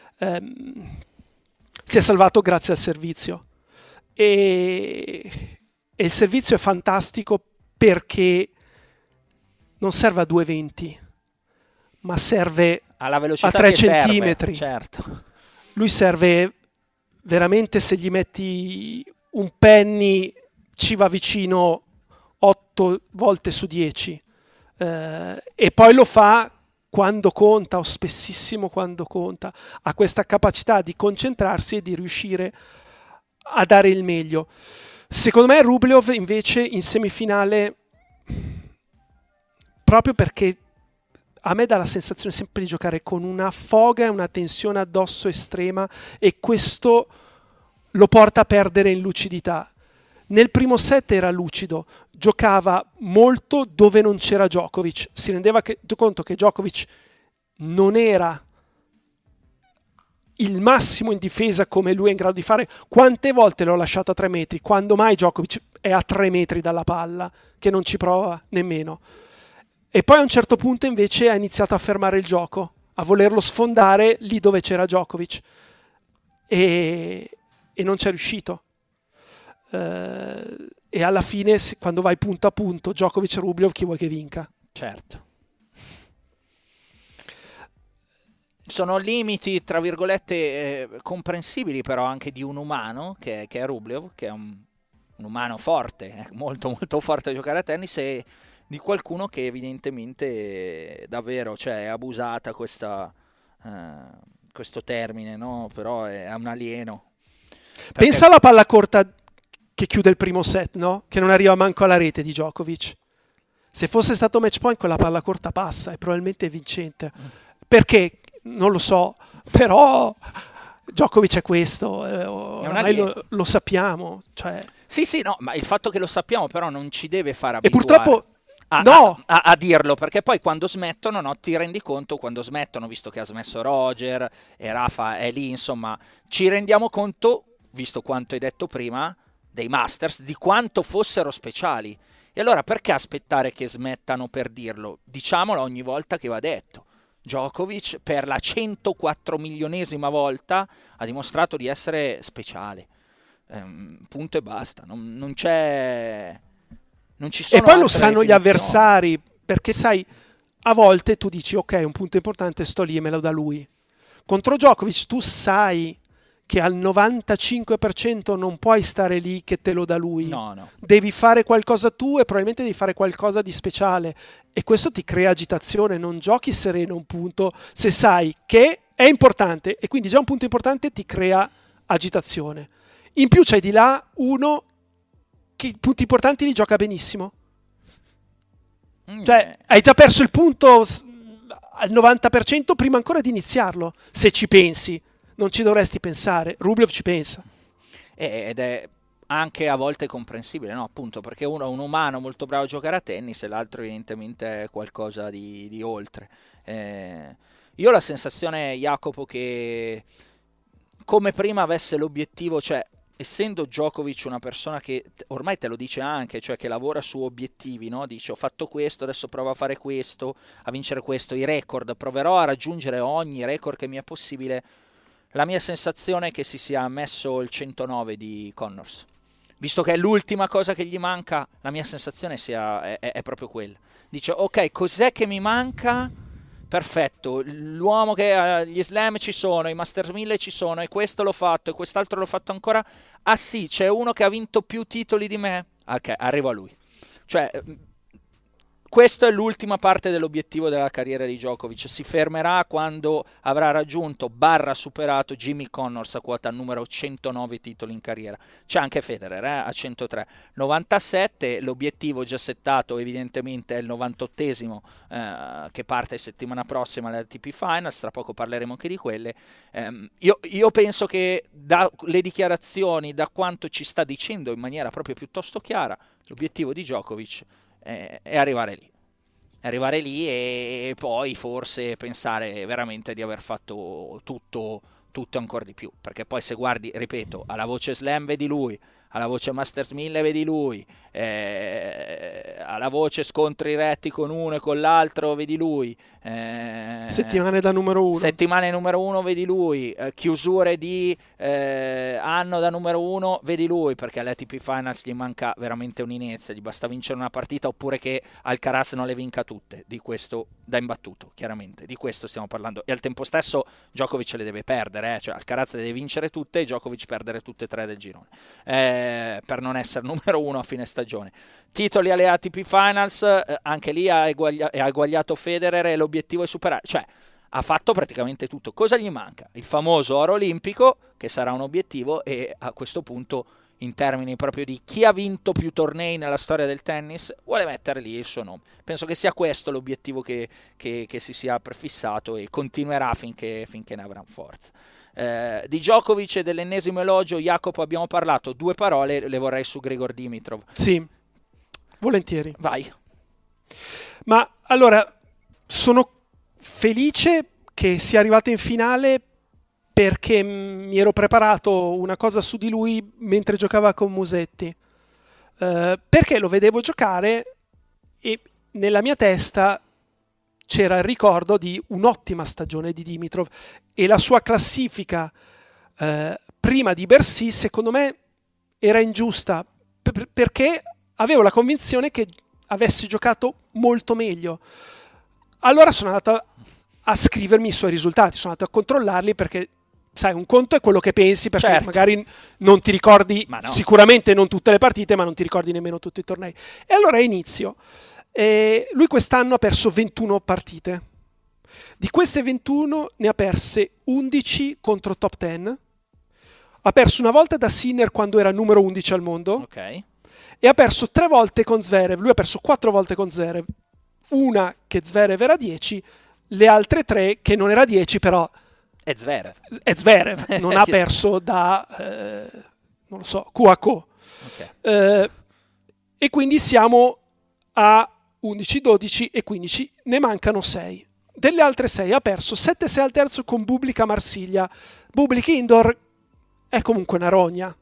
si è salvato grazie al servizio. E il servizio è fantastico perché non serve a 2,20, ma serve alla velocità a 3 che serve, centimetri. certo. Lui serve veramente, se gli metti un penny ci va vicino 8 volte su 10, e poi lo fa quando conta, o spessissimo quando conta. Ha questa capacità di concentrarsi e di riuscire a dare il meglio. Secondo me Rublev invece in semifinale, proprio perché a me dà la sensazione sempre di giocare con una foga e una tensione addosso estrema, e questo lo porta a perdere in lucidità. Nel primo set era lucido, giocava molto dove non c'era Djokovic, si rendeva conto che Djokovic non era il massimo in difesa come lui è in grado di fare. Quante volte l'ho lasciato a 3 metri, quando mai Djokovic è a 3 metri dalla palla, che non ci prova nemmeno. E poi a un certo punto invece ha iniziato a fermare il gioco, a volerlo sfondare lì dove c'era Djokovic, e non c'è riuscito. E alla fine, quando vai punto a punto, Djokovic e Rublev, chi vuoi che vinca? Certo. Sono limiti, tra virgolette, comprensibili però anche di un umano, che è Rublev, che è un umano forte, molto molto forte a giocare a tennis, e di qualcuno che evidentemente davvero, cioè, è abusata questo termine, no? Però è un alieno. Pensa alla palla corta che chiude il primo set, no? Che non arriva manco alla rete di Djokovic. Se fosse stato match point, quella palla corta passa e probabilmente è vincente. Perché? Non lo so, però Djokovic è questo, ormai lo sappiamo. Cioè. Sì, no, ma il fatto che lo sappiamo però non ci deve far E abituare purtroppo no! a dirlo, perché poi quando smettono, no, ti rendi conto, quando smettono, visto che ha smesso Roger e Rafa è lì, insomma, ci rendiamo conto, visto quanto hai detto prima, dei Masters, di quanto fossero speciali. E allora perché aspettare che smettano per dirlo? Diciamolo ogni volta che va detto. Djokovic per la 104 milionesima volta ha dimostrato di essere speciale, punto e basta, non ci sono. E poi lo sanno gli avversari, perché sai, a volte tu dici ok, un punto importante, sto lì e me lo dà lui. Contro Djokovic tu sai che al 95% non puoi stare lì che te lo dà lui. No. Devi fare qualcosa tu e probabilmente devi fare qualcosa di speciale, e questo ti crea agitazione. Non giochi sereno un punto se sai che è importante, e quindi già un punto importante ti crea agitazione. In più c'hai di là uno che i punti importanti li gioca benissimo. Cioè hai già perso il punto al 90% prima ancora di iniziarlo, se ci pensi. Non ci dovresti pensare, Rublev ci pensa. Ed è anche a volte comprensibile, no? Appunto, perché uno è un umano molto bravo a giocare a tennis e l'altro evidentemente è qualcosa di oltre. Io ho la sensazione, Jacopo, che come prima avesse l'obiettivo, cioè essendo Djokovic una persona che ormai te lo dice anche, cioè che lavora su obiettivi, no? Dice ho fatto questo, adesso provo a fare questo, a vincere questo, i record, proverò a raggiungere ogni record che mi è possibile. La mia sensazione è che si sia messo il 109 di Connors. Visto che è l'ultima cosa che gli manca, la mia sensazione è proprio quella. Dice, ok, cos'è che mi manca? perfetto, l'uomo che gli slam ci sono, i Masters 1000 ci sono, e questo l'ho fatto, e quest'altro l'ho fatto ancora. Ah sì, c'è uno che ha vinto più titoli di me? Ok, arrivo a lui. Cioè, questo è l'ultima parte dell'obiettivo della carriera di Djokovic. Si fermerà quando avrà raggiunto / superato Jimmy Connors a quota numero 109 titoli in carriera. C'è anche Federer a 103. 97, l'obiettivo già settato evidentemente è il 98esimo che parte settimana prossima alle ATP Finals, tra poco parleremo anche di quelle. Io penso che da le dichiarazioni, da quanto ci sta dicendo in maniera proprio piuttosto chiara, l'obiettivo di Djokovic è arrivare lì e poi forse pensare veramente di aver fatto tutto ancora di più, perché poi se guardi, ripeto, alla voce slam vedi lui, alla voce Masters 1000 vedi lui, alla voce scontri retti con uno e con l'altro vedi lui, settimane da numero 1, settimane numero 1 vedi lui, chiusure di anno da numero 1 vedi lui, perché all'ATP Finals gli manca veramente un'inezia, gli basta vincere una partita oppure che Alcaraz non le vinca tutte, di questo da imbattuto, chiaramente, di questo stiamo parlando, e al tempo stesso Djokovic le deve perdere, cioè Alcaraz le deve vincere tutte e Djokovic perdere tutte e tre del girone, per non essere numero 1 a fine stagione. Titoli alle ATP Finals, anche lì ha eguagliato Federer e l'obiettivo è superare, cioè ha fatto praticamente tutto. Cosa gli manca? Il famoso oro olimpico, che sarà un obiettivo, e a questo punto, in termini proprio di chi ha vinto più tornei nella storia del tennis, vuole mettere lì il suo nome. Penso che sia questo l'obiettivo che si sia prefissato, e continuerà finché ne avrà forza. Di Djokovic e dell'ennesimo elogio, Jacopo, abbiamo parlato, 2 parole le vorrei su Grigor Dimitrov. Sì, volentieri. Vai. Ma allora, sono felice che sia arrivato in finale, perché mi ero preparato una cosa su di lui mentre giocava con Musetti, perché lo vedevo giocare e nella mia testa c'era il ricordo di un'ottima stagione di Dimitrov, e la sua classifica prima di Bercy secondo me era ingiusta, perché avevo la convinzione che avesse giocato molto meglio. Allora sono andato a scrivermi i suoi risultati, sono andato a controllarli, perché sai, un conto è quello che pensi, perché certo, magari non ti ricordi, no, sicuramente non tutte le partite, ma non ti ricordi nemmeno tutti i tornei. E allora inizio. Lui quest'anno ha perso 21 partite. Di queste 21 ne ha perse 11 contro top 10. Ha perso una volta da Sinner quando era numero 11 al mondo. Ok. E ha perso 3 volte con Zverev. Lui ha perso 4 volte con Zverev. Una che Zverev era 10, le altre 3 che non era 10, però è Zverev. Non ha perso da non lo so, QHQ. Okay. E quindi siamo a 11, 12 e 15, ne mancano 6. Delle altre 6 ha perso 7-6 al terzo con Bublik a Marsiglia. Bublik indoor è comunque una rogna.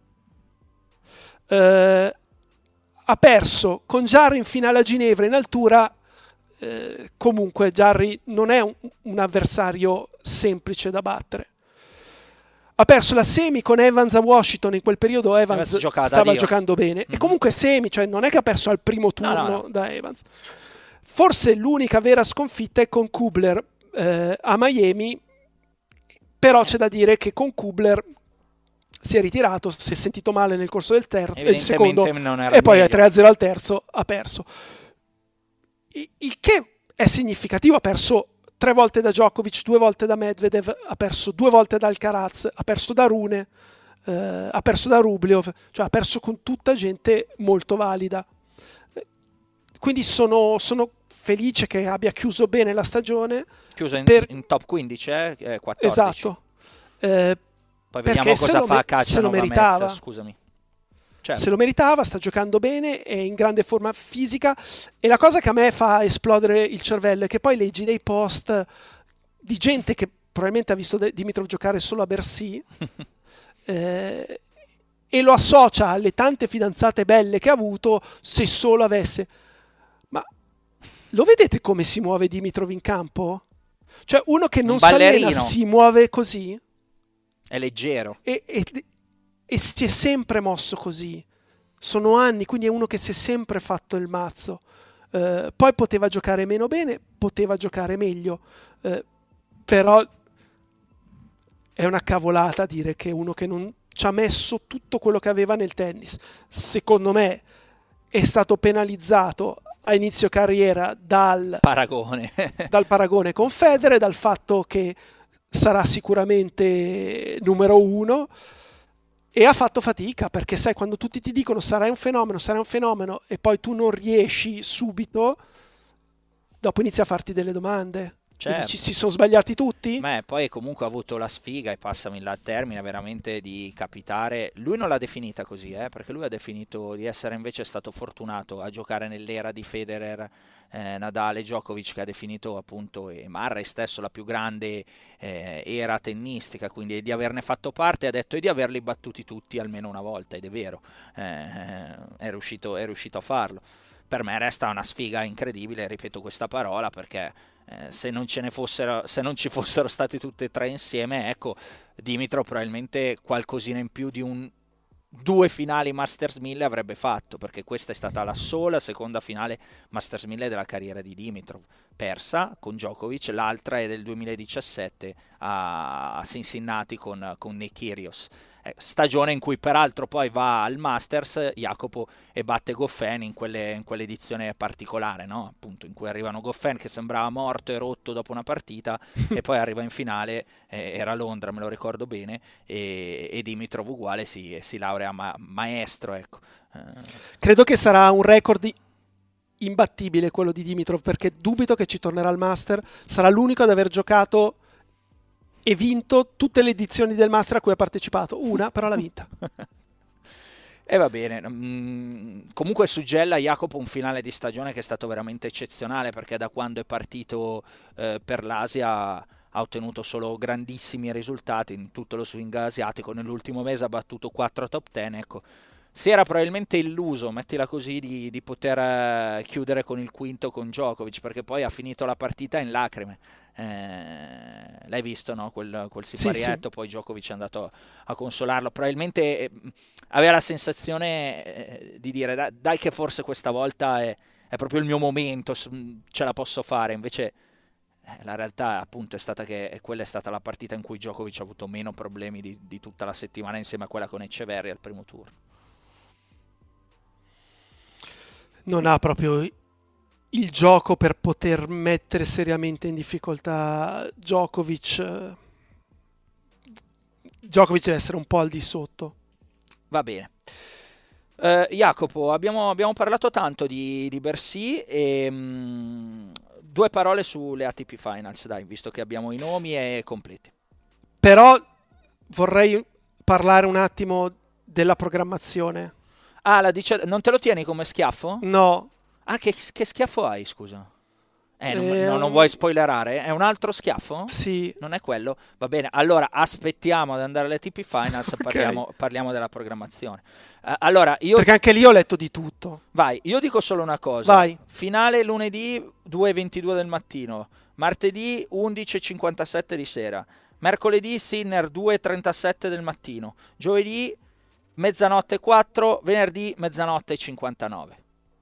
Ha perso con Jarry in finale a Ginevra in altura. Comunque Jarry non è un avversario semplice da battere. Ha perso la semi con Evans a Washington, in quel periodo Evans stava giocando bene, e comunque semi, cioè non è che ha perso al primo turno no. Da Evans. Forse l'unica vera sconfitta è con Kubler a Miami, però c'è da dire che con Kubler si è ritirato, si è sentito male nel corso del terzo, del secondo, e poi a 3-0 al terzo ha perso. Il che è significativo, ha perso 3 volte da Djokovic, 2 volte da Medvedev, ha perso 2 volte da Alcaraz, ha perso da Rune, ha perso da Rublev, cioè ha perso con tutta gente molto valida. Quindi sono felice che abbia chiuso bene la stagione. Chiuso in top 15, 14. Esatto. Poi vediamo cosa fa a Caccia, se lo meritava. Scusami. Certo. Se lo meritava, sta giocando bene, è in grande forma fisica, e la cosa che a me fa esplodere il cervello è che poi leggi dei post di gente che probabilmente ha visto Dimitrov giocare solo a Bercy e lo associa alle tante fidanzate belle che ha avuto, se solo avesse. Ma lo vedete come si muove Dimitrov in campo? Cioè uno che non sa allena si muove così? È leggero. E si è sempre mosso così, sono anni, quindi è uno che si è sempre fatto il mazzo. Poi poteva giocare meno bene, poteva giocare meglio, però è una cavolata dire che uno che non ci ha messo tutto quello che aveva nel tennis, secondo me è stato penalizzato a inizio carriera dal paragone con Federer, dal fatto che sarà sicuramente numero uno, e ha fatto fatica, perché sai, quando tutti ti dicono sarai un fenomeno e poi tu non riesci subito, dopo inizi a farti delle domande. Certo. Dici, si sono sbagliati tutti? Poi comunque ha avuto la sfiga, e passami il termine, veramente di capitare. Lui non l'ha definita così, perché lui ha definito di essere invece stato fortunato a giocare nell'era di Federer, Nadal e Djokovic, che ha definito appunto, e Murray stesso, la più grande era tennistica, quindi di averne fatto parte, ha detto, e di averli battuti tutti almeno una volta, ed è vero, è riuscito a farlo. Per me resta una sfiga incredibile, ripeto questa parola, perché se non ci fossero stati tutti e tre insieme, ecco, Dimitrov probabilmente qualcosina in più di 2 finali Masters 1000 avrebbe fatto, perché questa è stata la sola seconda finale Masters 1000 della carriera di Dimitrov, persa con Djokovic, l'altra è del 2017 a Cincinnati con Nick Kyrgios. Stagione in cui peraltro poi va al Masters Jacopo e batte Goffin in quell'edizione particolare, no? Appunto, in cui arrivano Goffin che sembrava morto e rotto dopo una partita e poi arriva in finale, era a Londra, me lo ricordo bene, e Dimitrov uguale si laurea maestro, ecco. Credo che sarà un record imbattibile quello di Dimitrov, perché dubito che ci tornerà al Master, sarà l'unico ad aver giocato e vinto tutte le edizioni del Master a cui ha partecipato, una però l'ha vinta. E va bene, comunque suggella Jacopo un finale di stagione che è stato veramente eccezionale, perché da quando è partito per l'Asia ha ottenuto solo grandissimi risultati in tutto lo swing asiatico. Nell'ultimo mese ha battuto 4 top 10, ecco. Si era probabilmente illuso, mettila così, di poter chiudere con il quinto con Djokovic, perché poi ha finito la partita in lacrime. L'hai visto, no? Quel siparietto, sì. Poi Djokovic è andato a consolarlo. Probabilmente aveva la sensazione di dire dai che forse questa volta è proprio il mio momento, ce la posso fare. Invece la realtà appunto è stata che quella è stata la partita in cui Djokovic ha avuto meno problemi di tutta la settimana, insieme a quella con Etcheverry al primo turno. Non ha proprio il gioco per poter mettere seriamente in difficoltà Djokovic. Djokovic deve essere un po' al di sotto. Va bene. Jacopo, abbiamo parlato tanto di Bercy e 2 parole sulle ATP Finals, dai, visto che abbiamo i nomi e completi. Però vorrei parlare un attimo della programmazione. Non te lo tieni come schiaffo? No. Che schiaffo hai, scusa? Non vuoi spoilerare? È un altro schiaffo? Sì. Non è quello? Va bene, allora aspettiamo ad andare alle ATP Finals, Okay. parliamo della programmazione. Allora, perché anche lì ho letto di tutto. Vai, io dico solo una cosa. Vai. Finale lunedì 2:22 del mattino, martedì 11:57 di sera, mercoledì Sinner 2:37 del mattino, giovedì mezzanotte 4, venerdì mezzanotte 59.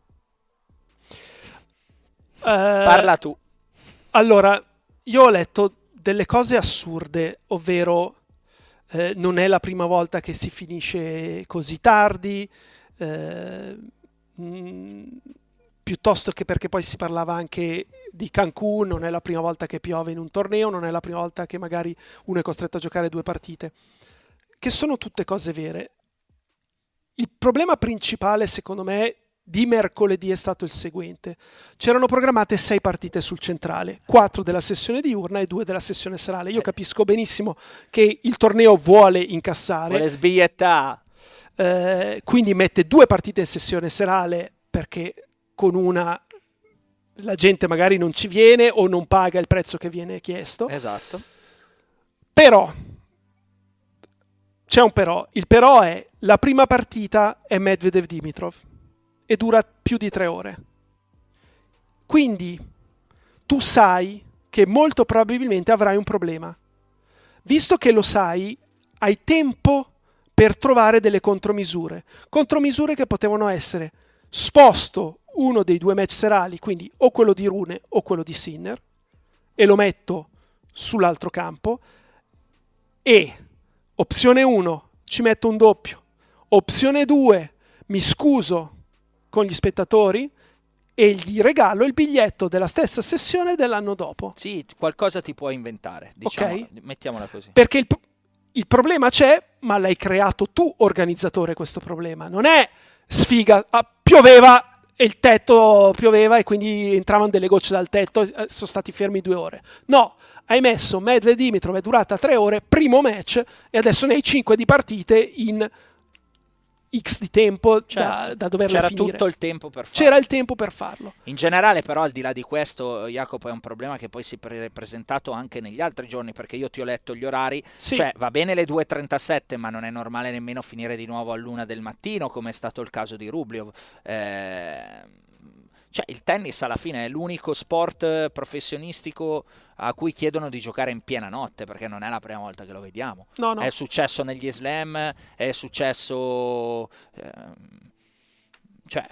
Parla tu. Allora, io ho letto delle cose assurde, ovvero non è la prima volta che si finisce così tardi, piuttosto che, perché poi si parlava anche di Cancun, non è la prima volta che piove in un torneo, non è la prima volta che magari uno è costretto a giocare 2 partite, che sono tutte cose vere. Il problema principale, secondo me, di mercoledì è stato il seguente: c'erano programmate 6 partite sul centrale, 4 della sessione diurna e 2 della sessione serale. Io capisco benissimo che il torneo vuole incassare, vuole sbigliettare, quindi mette 2 partite in sessione serale, perché con una la gente magari non ci viene o non paga il prezzo che viene chiesto. Esatto. Però c'è un però. Il però è: la prima partita è Medvedev-Dimitrov e dura più di 3 ore. Quindi tu sai che molto probabilmente avrai un problema. Visto che lo sai, hai tempo per trovare delle contromisure. Contromisure che potevano essere: sposto uno dei 2 match serali, quindi o quello di Rune o quello di Sinner, e lo metto sull'altro campo, e opzione 1 ci metto un doppio, opzione 2 mi scuso con gli spettatori e gli regalo il biglietto della stessa sessione dell'anno dopo. Sì, qualcosa ti puoi inventare, diciamo, Ok? mettiamola così. Perché il problema c'è, ma l'hai creato tu, organizzatore, questo problema. Non è sfiga, pioveva e il tetto pioveva e quindi entravano delle gocce dal tetto, sono stati fermi 2 ore. No, hai messo Medvedev Dimitrov, è durata 3 ore, primo match, e adesso ne hai 5 di partite in X di tempo, Certo, da doverle c'era finire. tutto il tempo per farlo. C'era il tempo per farlo. In generale, però, al di là di questo, Jacopo, è un problema che poi si è presentato anche negli altri giorni, perché io ti ho letto gli orari, Sì. cioè va bene le 2:37, ma non è normale nemmeno finire di nuovo all'1 del mattino, come è stato il caso di Rublev. Cioè, il tennis alla fine è l'unico sport professionistico a cui chiedono di giocare in piena notte, perché non è la prima volta che lo vediamo. No. È successo negli slam, è successo... cioè,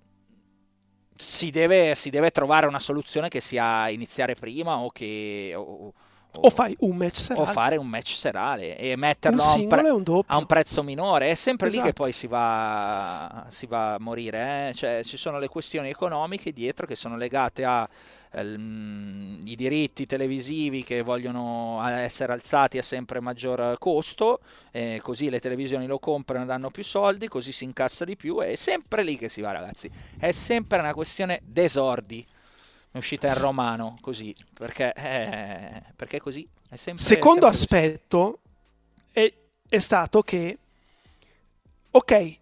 si deve trovare una soluzione che sia iniziare prima o che... O fai un match serale. O fare un match serale e metterlo Un singolo e un doppio. a un prezzo minore. È sempre lì Esatto. che poi si va a morire. Cioè, ci sono le questioni economiche dietro che sono legate a i diritti televisivi che vogliono essere alzati a sempre maggior costo, così le televisioni lo comprano e danno più soldi, così si incassa di più. È sempre lì che si va, ragazzi. È sempre una questione d'esordi. È uscita in romano così, perché così è sempre. Secondo sempre aspetto è stato che, ok,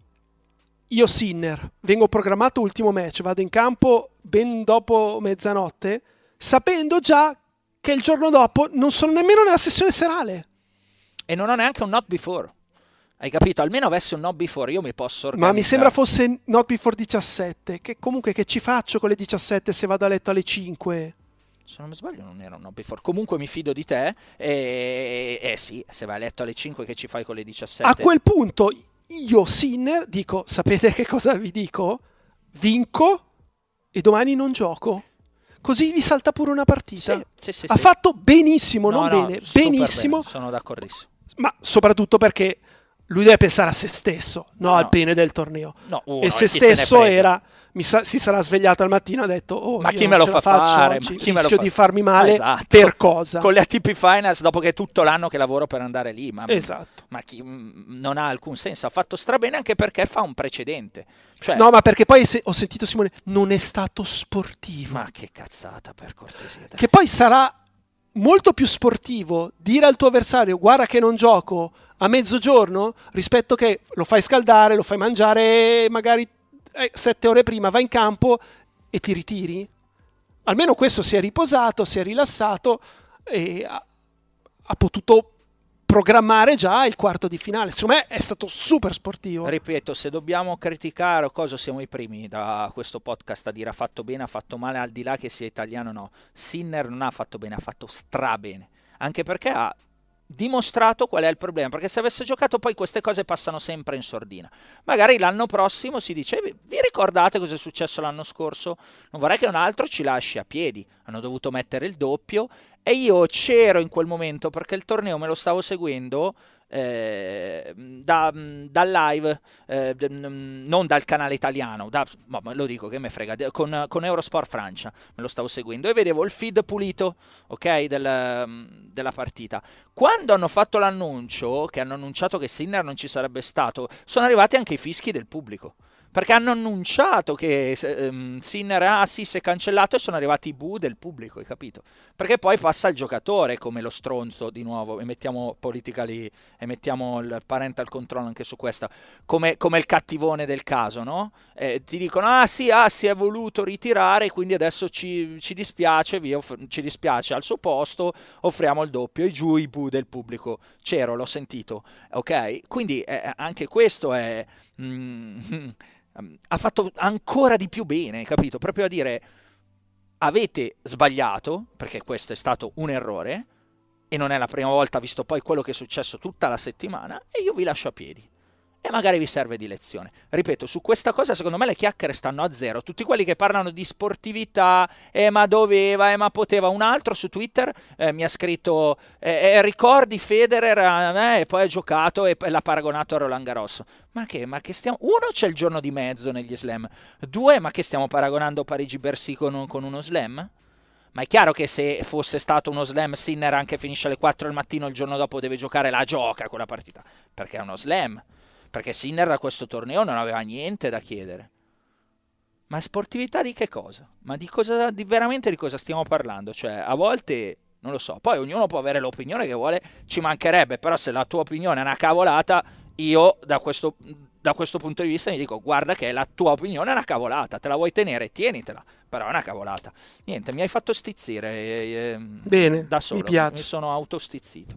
io Sinner vengo programmato ultimo match, vado in campo ben dopo mezzanotte, sapendo già che il giorno dopo non sono nemmeno nella sessione serale. E non ho neanche un not before. Hai capito? Almeno avessi un not before, io mi posso organizzare. Ma mi sembra fosse not before 17, che comunque che ci faccio con le 17 se vado a letto alle 5? Se non mi sbaglio non era un not before. Comunque mi fido di te e sì, se vai a letto alle 5 che ci fai con le 17? A quel punto io Sinner dico, sapete che cosa vi dico? Vinco e domani non gioco. Così vi salta pure una partita. Sì, Ha fatto benissimo, No, non no, bene, super benissimo. bene, sono d'accordissimo. Ma soprattutto perché lui deve pensare a se stesso, no al bene del torneo. No, e se chi se ne stesso frega. era, si sarà svegliato al mattino e ha detto, oh, Ma io chi non me lo ce la fa faccio fare? oggi, Ma chi me lo rischio fa- di farmi male, Esatto. per cosa? Con le ATP Finals, dopo che è tutto l'anno che lavoro per andare lì. Esatto. Ma non ha alcun senso. Ha fatto strabene anche perché fa un precedente. Cioè, No, ma perché poi ho sentito Simone, non è stato sportivo. ma che cazzata, per cortesia. dai. Che poi sarà molto più sportivo dire al tuo avversario guarda che non gioco a mezzogiorno rispetto che lo fai scaldare, lo fai mangiare magari 7 ore prima, vai in campo e ti ritiri. Almeno questo si è riposato, si è rilassato e ha potuto programmare già il quarto di finale. Secondo me è stato super sportivo. Ripeto, se dobbiamo criticare o cosa, siamo i primi da questo podcast a dire ha fatto bene, ha fatto male, al di là che sia italiano o no. Sinner non ha fatto bene, ha fatto strabene. Anche perché ha dimostrato qual è il problema, perché se avesse giocato poi queste cose passano sempre in sordina. Magari l'anno prossimo si dice vi ricordate cosa è successo l'anno scorso? Non vorrei che un altro ci lasci a piedi, hanno dovuto mettere il doppio e io c'ero in quel momento perché il torneo me lo stavo seguendo dal live, non dal canale italiano, ma lo dico che me frega, con Eurosport Francia me lo stavo seguendo e vedevo il feed pulito, ok, della partita. Quando hanno fatto l'annuncio, che hanno annunciato che Sinner non ci sarebbe stato, sono arrivati anche i fischi del pubblico. Perché hanno annunciato che Sinner si è cancellato e sono arrivati i boo del pubblico, hai capito? Perché poi passa il giocatore come lo stronzo di nuovo, e mettiamo politically, e mettiamo il parental control anche su questa, come il cattivone del caso, no? Ti dicono, si è voluto ritirare, quindi adesso ci dispiace, ci dispiace, al suo posto offriamo il doppio, e giù i boo del pubblico. C'ero, l'ho sentito, ok? Quindi anche questo è... ha fatto ancora di più bene, capito? Proprio a dire avete sbagliato, perché questo è stato un errore e non è la prima volta, visto poi quello che è successo tutta la settimana, e io vi lascio a piedi e magari vi serve di lezione. Ripeto, su questa cosa secondo me le chiacchiere stanno a zero. Tutti quelli che parlano di sportività, ma doveva, ma poteva. Un altro su Twitter mi ha scritto, ricordi Federer, e poi ha giocato e l'ha paragonato a Roland Garros. Ma che stiamo... Uno, c'è il giorno di mezzo negli slam. Due, ma che stiamo paragonando Parigi-Bercy con uno slam? Ma è chiaro che se fosse stato uno slam, Sinner anche finisce alle 4 del mattino, il giorno dopo deve giocare, la gioca quella partita, perché è uno slam, perché Sinner a questo torneo non aveva niente da chiedere. Ma sportività di che cosa? Ma veramente di cosa stiamo parlando? Cioè, a volte, non lo so, poi ognuno può avere l'opinione che vuole, ci mancherebbe, però se la tua opinione è una cavolata, io da questo punto di vista mi dico, guarda che la tua opinione è una cavolata, te la vuoi tenere, tienitela, però è una cavolata. Niente, mi hai fatto stizzire. Bene, da solo, mi piace. mi sono autostizzito.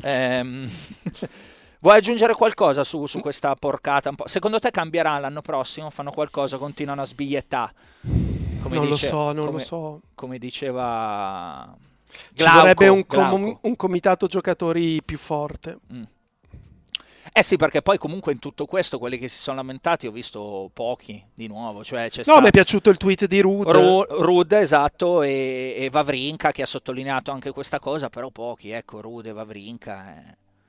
Vuoi aggiungere qualcosa su questa porcata un po'? Secondo te cambierà l'anno prossimo? Fanno qualcosa? Continuano a sbigliettare? Non lo so. Come diceva Ci vorrebbe un comitato giocatori più forte. Sì, perché poi comunque in tutto questo quelli che si sono lamentati ho visto pochi di nuovo. Cioè, mi è piaciuto il tweet di Ruud, esatto, e Wawrinka che ha sottolineato anche questa cosa, però pochi, ecco, Ruud e Wawrinka.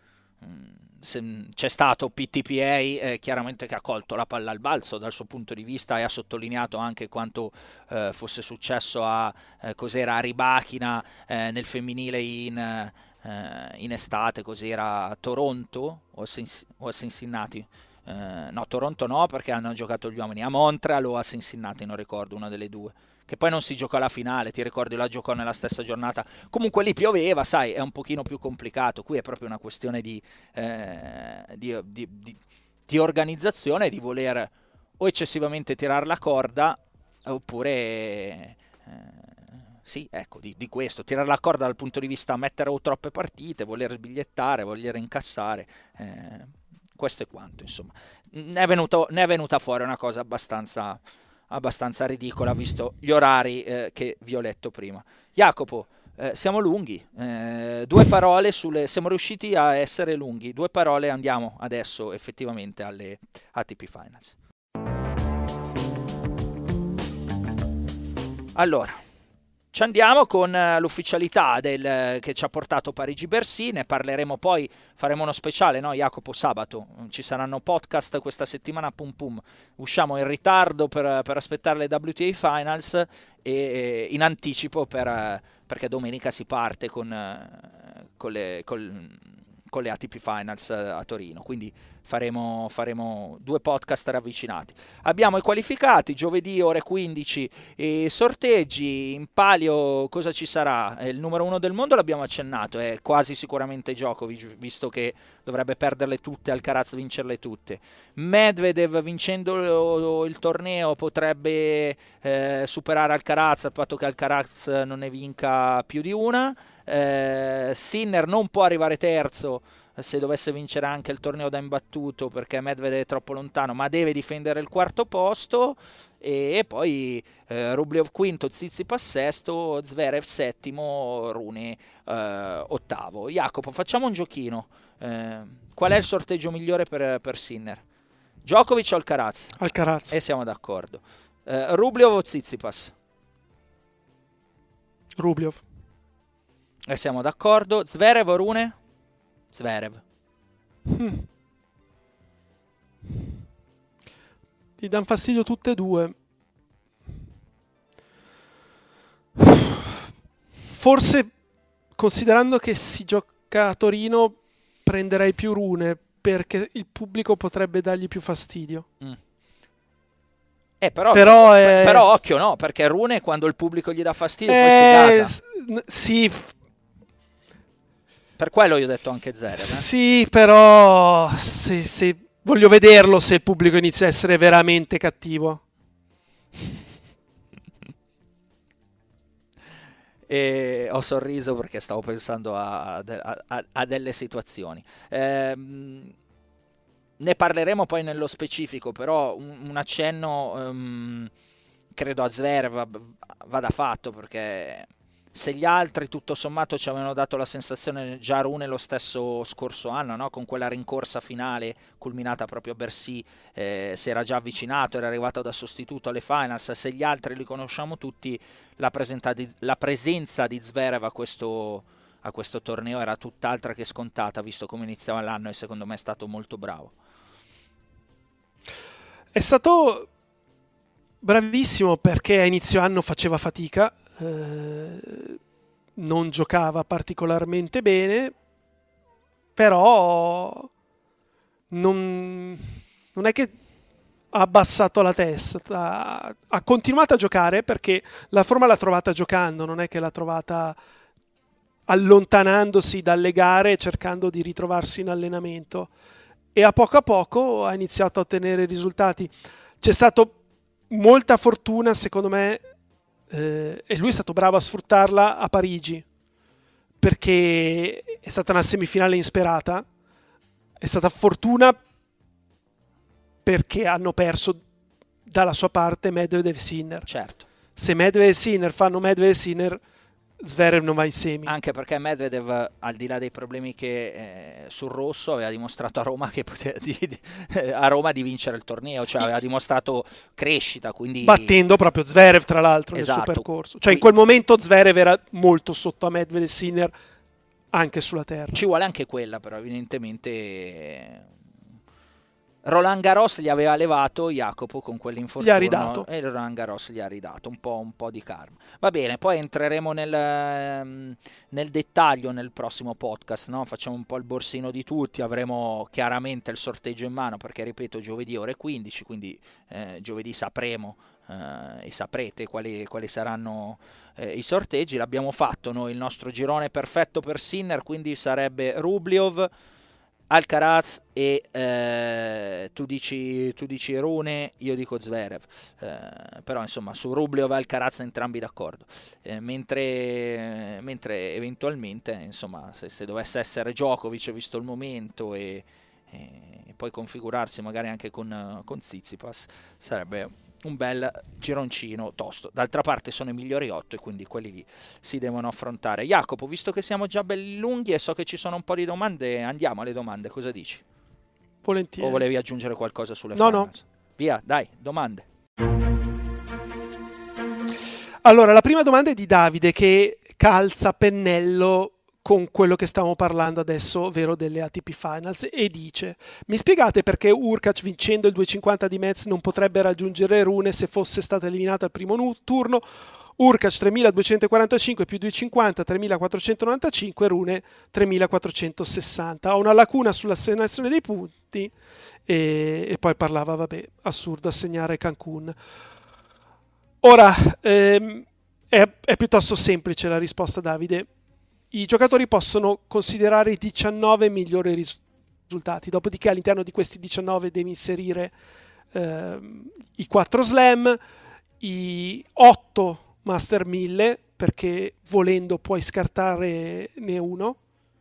C'è stato PTPA chiaramente che ha colto la palla al balzo dal suo punto di vista e ha sottolineato anche quanto fosse successo a Rybakina nel femminile in estate, cos'era a Toronto o a Cincinnati? No, Toronto no, perché hanno giocato gli uomini, a Montreal o a Cincinnati, non ricordo, una delle due, che poi non si giocò alla finale, ti ricordi, la giocò nella stessa giornata. Comunque lì pioveva, sai, è un pochino più complicato. Qui è proprio una questione di organizzazione, di voler o eccessivamente tirare la corda oppure sì, ecco, di questo, tirare la corda dal punto di vista mettere o troppe partite, voler sbigliettare, voler incassare, questo è quanto, insomma. Ne è venuta fuori una cosa abbastanza ridicola, visto gli orari che vi ho letto prima. Jacopo, siamo lunghi, 2 parole siamo riusciti a essere lunghi, 2 parole, andiamo adesso effettivamente alle ATP Finals. Allora, ci andiamo con l'ufficialità che ci ha portato Parigi-Bercy, ne parleremo poi, faremo uno speciale, no Jacopo, sabato, ci saranno podcast questa settimana, pum pum, usciamo in ritardo per aspettare le WTA Finals e in anticipo perché domenica si parte con le ATP Finals a Torino, quindi faremo 2 podcast ravvicinati. Abbiamo i qualificati, giovedì ore 15 e sorteggi, in palio cosa ci sarà? Il numero 1 del mondo l'abbiamo accennato, è quasi sicuramente Djokovic, visto che dovrebbe perderle tutte, Alcaraz vincerle tutte. Medvedev vincendo il torneo potrebbe superare Alcaraz, al patto che Alcaraz non ne vinca più di una. Sinner non può arrivare terzo se dovesse vincere anche il torneo da imbattuto, perché Medvedev è troppo lontano, ma deve difendere il 4º posto, e poi Rublev quinto, Tsitsipas sesto, Zverev settimo, Rune 8º. Jacopo, facciamo un giochino, qual è il sorteggio migliore per Sinner? Djokovic o Alcaraz? Alcaraz. E siamo d'accordo. Rublev o Tsitsipas? Rublev. E siamo d'accordo. Zverev o Rune? Zverev. Gli danno fastidio tutte e due. Forse, considerando che si gioca a Torino, prenderei più Rune, perché il pubblico potrebbe dargli più fastidio. Però occhio, no, perché Rune quando il pubblico gli dà fastidio poi si gasa. Sì. Per quello io ho detto anche Zverev. Sì, però se voglio vederlo se il pubblico inizia a essere veramente cattivo. E ho sorriso perché stavo pensando a delle situazioni. Ne parleremo poi nello specifico, però un accenno credo a Zverev vada fatto, perché se gli altri tutto sommato ci avevano dato la sensazione, già Rune lo stesso scorso anno, no? Con quella rincorsa finale culminata proprio a Bercy, si era già avvicinato, era arrivato da sostituto alle finals, se gli altri li conosciamo tutti, la presenza di Zverev a questo torneo era tutt'altra che scontata, visto come iniziava l'anno, e secondo me è stato molto bravo. È stato bravissimo perché a inizio anno faceva fatica, non giocava particolarmente bene, però non è che ha abbassato la testa, ha continuato a giocare perché la forma l'ha trovata giocando, non è che l'ha trovata allontanandosi dalle gare cercando di ritrovarsi in allenamento, e a poco ha iniziato a ottenere risultati. C'è stato molta fortuna secondo me, e lui è stato bravo a sfruttarla a Parigi, perché è stata una semifinale insperata, è stata fortuna perché hanno perso dalla sua parte Medvedev e Sinner. Certo. Se Medvedev e Sinner fanno Medvedev e Sinner, Zverev non va in semi. Anche perché Medvedev, al di là dei problemi che sul rosso, aveva dimostrato a Roma che a Roma di vincere il torneo, cioè aveva dimostrato crescita, quindi battendo proprio Zverev tra l'altro, esatto, nel suo percorso. Cioè in quel momento Zverev era molto sotto a Medvedev e Sinner anche sulla terra. Ci vuole anche quella, però evidentemente Roland Garros gli aveva levato Jacopo con quell'infortunio, gli ha ridato, e Roland Garros gli ha ridato un po' di karma. Va bene, poi entreremo nel dettaglio nel prossimo podcast, no? Facciamo un po' il borsino di tutti, avremo chiaramente il sorteggio in mano perché, ripeto, giovedì ore 15, quindi giovedì sapremo e saprete quali saranno i sorteggi. L'abbiamo fatto noi, il nostro girone perfetto per Sinner, quindi sarebbe Rublev, Alcaraz e tu dici Rune, io dico Zverev, però insomma su Rublev e Alcaraz entrambi d'accordo, mentre eventualmente insomma se dovesse essere Djokovic, visto il momento, e poi configurarsi magari anche con Tsitsipas, sarebbe un bel gironcino tosto. D'altra parte sono i migliori 8 e quindi quelli lì si devono affrontare. Jacopo, visto che siamo già belli lunghi e so che ci sono un po' di domande, andiamo alle domande, cosa dici? Volentieri. O volevi aggiungere qualcosa sulle finals? No. Via, dai, domande. Allora, la prima domanda è di Davide, che calza a pennello con quello che stiamo parlando adesso, ovvero delle ATP Finals, e dice: mi spiegate perché Hurkacz, vincendo il 250 di Metz, non potrebbe raggiungere Rune se fosse stato eliminato al primo turno? Hurkacz 3245 più 250 3495, Rune 3460. Ha una lacuna sull'assegnazione dei punti, e poi parlava, vabbè, assurdo assegnare Cancun. Ora, è piuttosto semplice la risposta, Davide. I giocatori possono considerare i 19 migliori risultati, dopodiché all'interno di questi 19 devi inserire i 4 slam, i 8 Master 1000, perché volendo puoi scartare ne uno,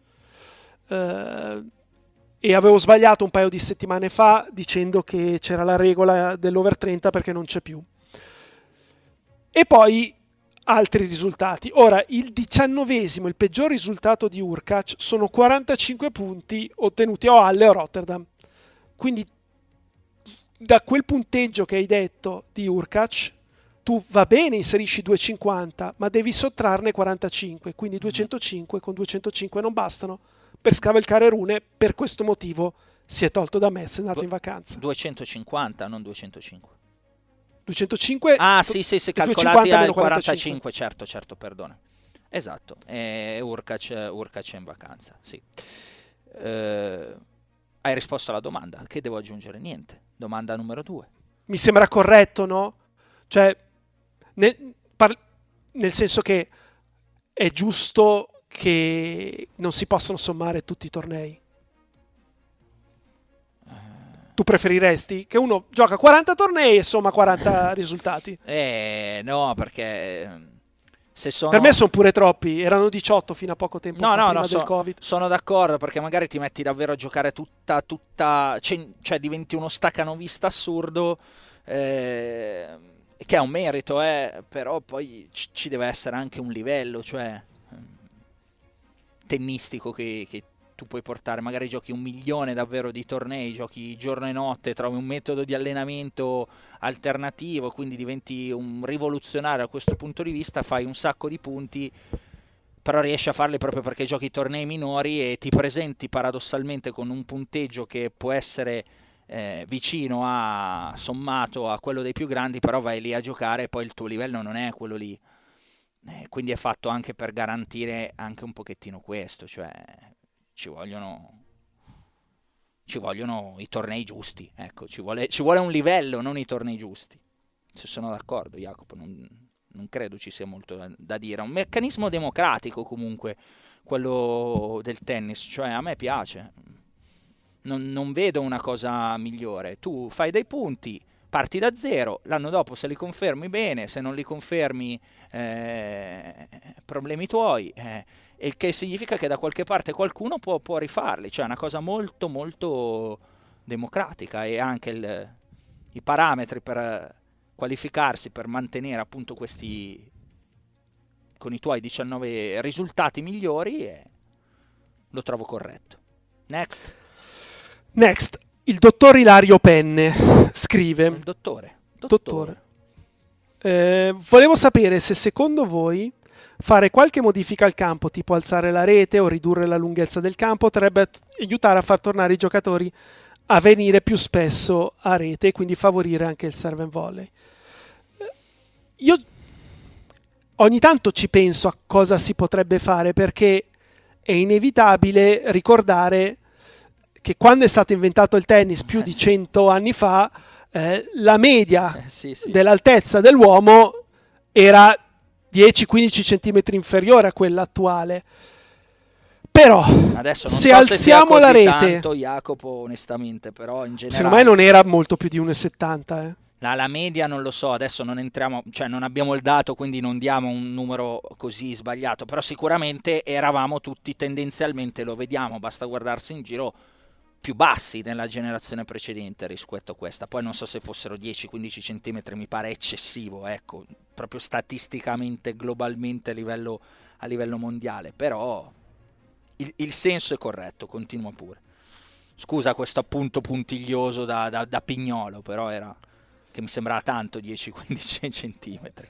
e avevo sbagliato un paio di settimane fa dicendo che c'era la regola dell'over 30 perché non c'è più. E poi altri risultati. Ora, il 19esimo, il peggior risultato di Hurkacz, sono 45 punti ottenuti a Halle o Rotterdam. Quindi da quel punteggio che hai detto di Hurkacz, tu va bene inserisci 250, ma devi sottrarne 45, quindi 205 con 205 non bastano per scavalcare Rune. Per questo motivo si è tolto da Metz, è andato in vacanza. 250, non 205. 205, sì, calcolati al 45, certo, perdona. Esatto, Hurkacz è in vacanza, sì. Hai risposto alla domanda, che devo aggiungere? Niente. Domanda numero 2. Mi sembra corretto, no? Cioè, nel senso che è giusto che non si possano sommare tutti i tornei. Tu preferiresti che uno gioca 40 tornei e somma 40 risultati? No, perché se sono... Per me sono pure troppi, erano 18 fino a poco tempo fa, prima del Covid. Sono d'accordo, perché magari ti metti davvero a giocare tutta cioè diventi uno staccanovista assurdo, e che è un merito, però poi ci deve essere anche un livello, cioè tennistico che tu puoi portare. Magari giochi 1 milione davvero di tornei, giochi giorno e notte, trovi un metodo di allenamento alternativo, quindi diventi un rivoluzionario a questo punto di vista, fai un sacco di punti, però riesci a farli proprio perché giochi tornei minori e ti presenti paradossalmente con un punteggio che può essere vicino a sommato a quello dei più grandi, però vai lì a giocare e poi il tuo livello non è quello lì. Quindi è fatto anche per garantire anche un pochettino questo, cioè ci vogliono i tornei giusti, ecco, ci vuole un livello, non i tornei giusti. Se sono d'accordo, Jacopo, non credo ci sia molto da dire. È un meccanismo democratico comunque quello del tennis, cioè a me piace. Non vedo una cosa migliore. Tu fai dei punti, parti da zero, l'anno dopo se li confermi bene, se non li confermi problemi tuoi, il che significa che da qualche parte qualcuno può rifarli, cioè è una cosa molto molto democratica, e anche i parametri per qualificarsi, per mantenere appunto questi con i tuoi 19 risultati migliori, lo trovo corretto. Next, il dottor Ilario Penne scrive: il dottore. Volevo sapere se secondo voi fare qualche modifica al campo, tipo alzare la rete o ridurre la lunghezza del campo, potrebbe aiutare a far tornare i giocatori a venire più spesso a rete e quindi favorire anche il serve and volley. Io ogni tanto ci penso a cosa si potrebbe fare, perché è inevitabile ricordare che quando è stato inventato il tennis più di 100 anni fa, la media dell'altezza dell'uomo era 10-15 centimetri inferiore a quella attuale. Però adesso non se so alziamo se la rete, tanto, Jacopo, onestamente, però in generale secondo me non era molto più di 1,70. La media non lo so, adesso non entriamo, cioè non abbiamo il dato, quindi non diamo un numero così sbagliato, però sicuramente eravamo tutti tendenzialmente, lo vediamo, basta guardarsi in giro, più bassi nella generazione precedente rispetto a questa. Poi non so se fossero 10-15 centimetri, mi pare eccessivo, ecco, proprio statisticamente, globalmente a livello mondiale, però il senso è corretto, continua pure. Scusa questo appunto puntiglioso da pignolo, però era che mi sembrava tanto 10-15 centimetri.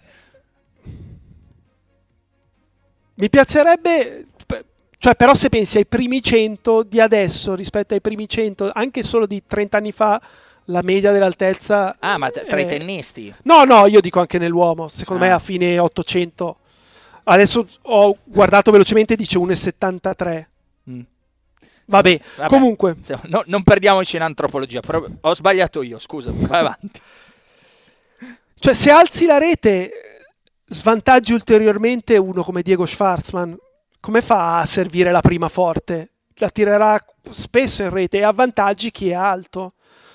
Mi piacerebbe, cioè, però se pensi ai primi 100 di adesso rispetto ai primi 100 anche solo di 30 anni fa, la media dell'altezza ma tra i tennisti? No, io dico anche nell'uomo, secondo me a fine 800. Adesso ho guardato velocemente, dice 1,73. Vabbè, comunque non perdiamoci in antropologia, però ho sbagliato io, scusa, vai avanti. Cioè, se alzi la rete, svantaggi ulteriormente uno come Diego Schwartzman. Come fa a servire la prima forte? La tirerà spesso in rete e avvantaggi chi è alto.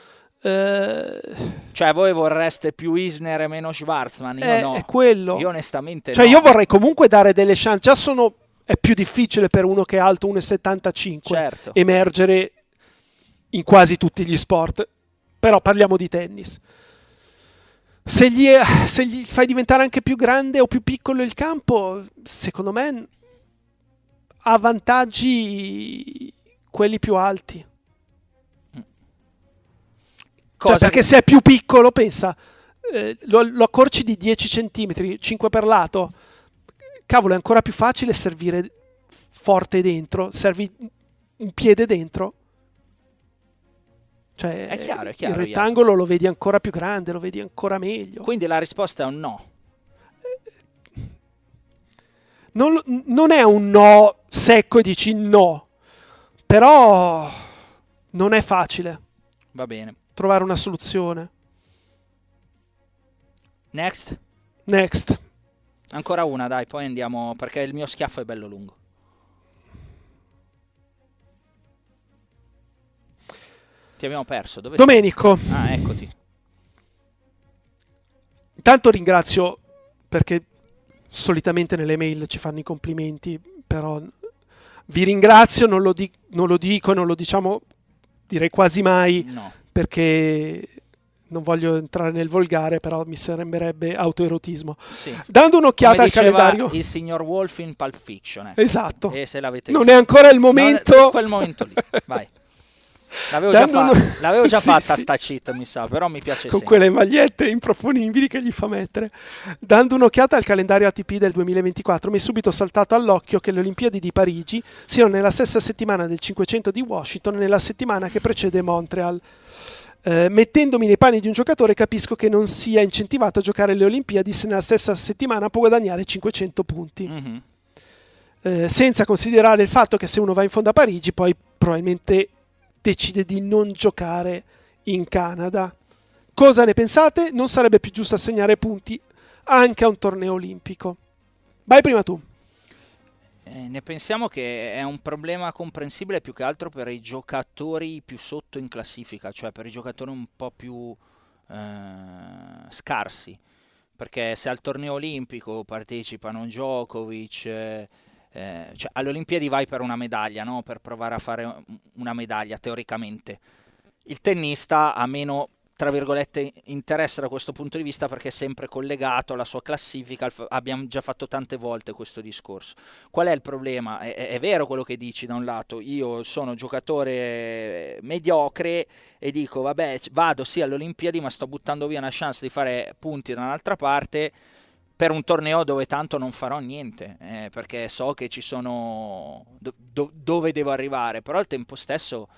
Cioè, voi vorreste più Isner e meno Schwartzman? Io no. È quello. Io onestamente cioè, no. io vorrei comunque dare delle chance. Già è più difficile per uno che è alto 1,75 certo, emergere in quasi tutti gli sport. Però parliamo di tennis. Se gli fai diventare anche più grande o più piccolo il campo, secondo me ha vantaggi quelli più alti. Cioè, perché se è più piccolo, pensa, lo accorci di 10 centimetri, 5 per lato, cavolo, è ancora più facile servire forte dentro, servi un piede dentro. Cioè, è chiaro, il rettangolo lo vedi ancora più grande, lo vedi ancora meglio. Quindi la risposta è un no. Non è un no secco e dici no, però non è facile. Va bene. Trovare una soluzione. Next. Ancora una, dai, poi andiamo, perché il mio schiaffo è bello lungo. Ti abbiamo perso. Dove Domenico. sei? Ah, eccoti. Intanto ringrazio, perché solitamente nelle mail ci fanno i complimenti, però vi ringrazio, non lo dico, non lo diciamo, direi quasi mai, no, perché non voglio entrare nel volgare, però mi sembrerebbe autoerotismo. Sì. Dando un'occhiata al calendario, il signor Wolf in Pulp Fiction, esatto, e se l'avete non visto. è ancora il momento, non è quel momento lì, vai. L'avevo già fatta sì. sta cheat, mi sa, però mi piace con sempre. quelle magliette improponibili che gli fa mettere. Dando un'occhiata al calendario ATP del 2024, mi è subito saltato all'occhio che le Olimpiadi di Parigi siano nella stessa settimana del 500 di Washington, nella settimana che precede Montreal. Mettendomi nei panni di un giocatore, capisco che non sia incentivato a giocare le Olimpiadi se nella stessa settimana può guadagnare 500 punti. Mm-hmm. Senza considerare il fatto che se uno va in fondo a Parigi poi probabilmente decide di non giocare in Canada. Cosa ne pensate? Non sarebbe più giusto assegnare punti anche a un torneo olimpico? Vai prima tu. Ne pensiamo che è un problema comprensibile più che altro per i giocatori più sotto in classifica, cioè per i giocatori un po' più scarsi, perché se al torneo olimpico partecipano Djokovic, cioè alle Olimpiadi vai per una medaglia, no? Per provare a fare una medaglia teoricamente. Il tennista ha meno, tra virgolette, interesse da questo punto di vista perché è sempre collegato alla sua classifica. Abbiamo già fatto tante volte questo discorso. Qual è il problema? È vero quello che dici da un lato, io sono giocatore mediocre e dico vabbè vado sì alle Olimpiadi ma sto buttando via una chance di fare punti da un'altra parte per un torneo dove tanto non farò niente, perché so che ci sono dove devo arrivare, però al tempo stesso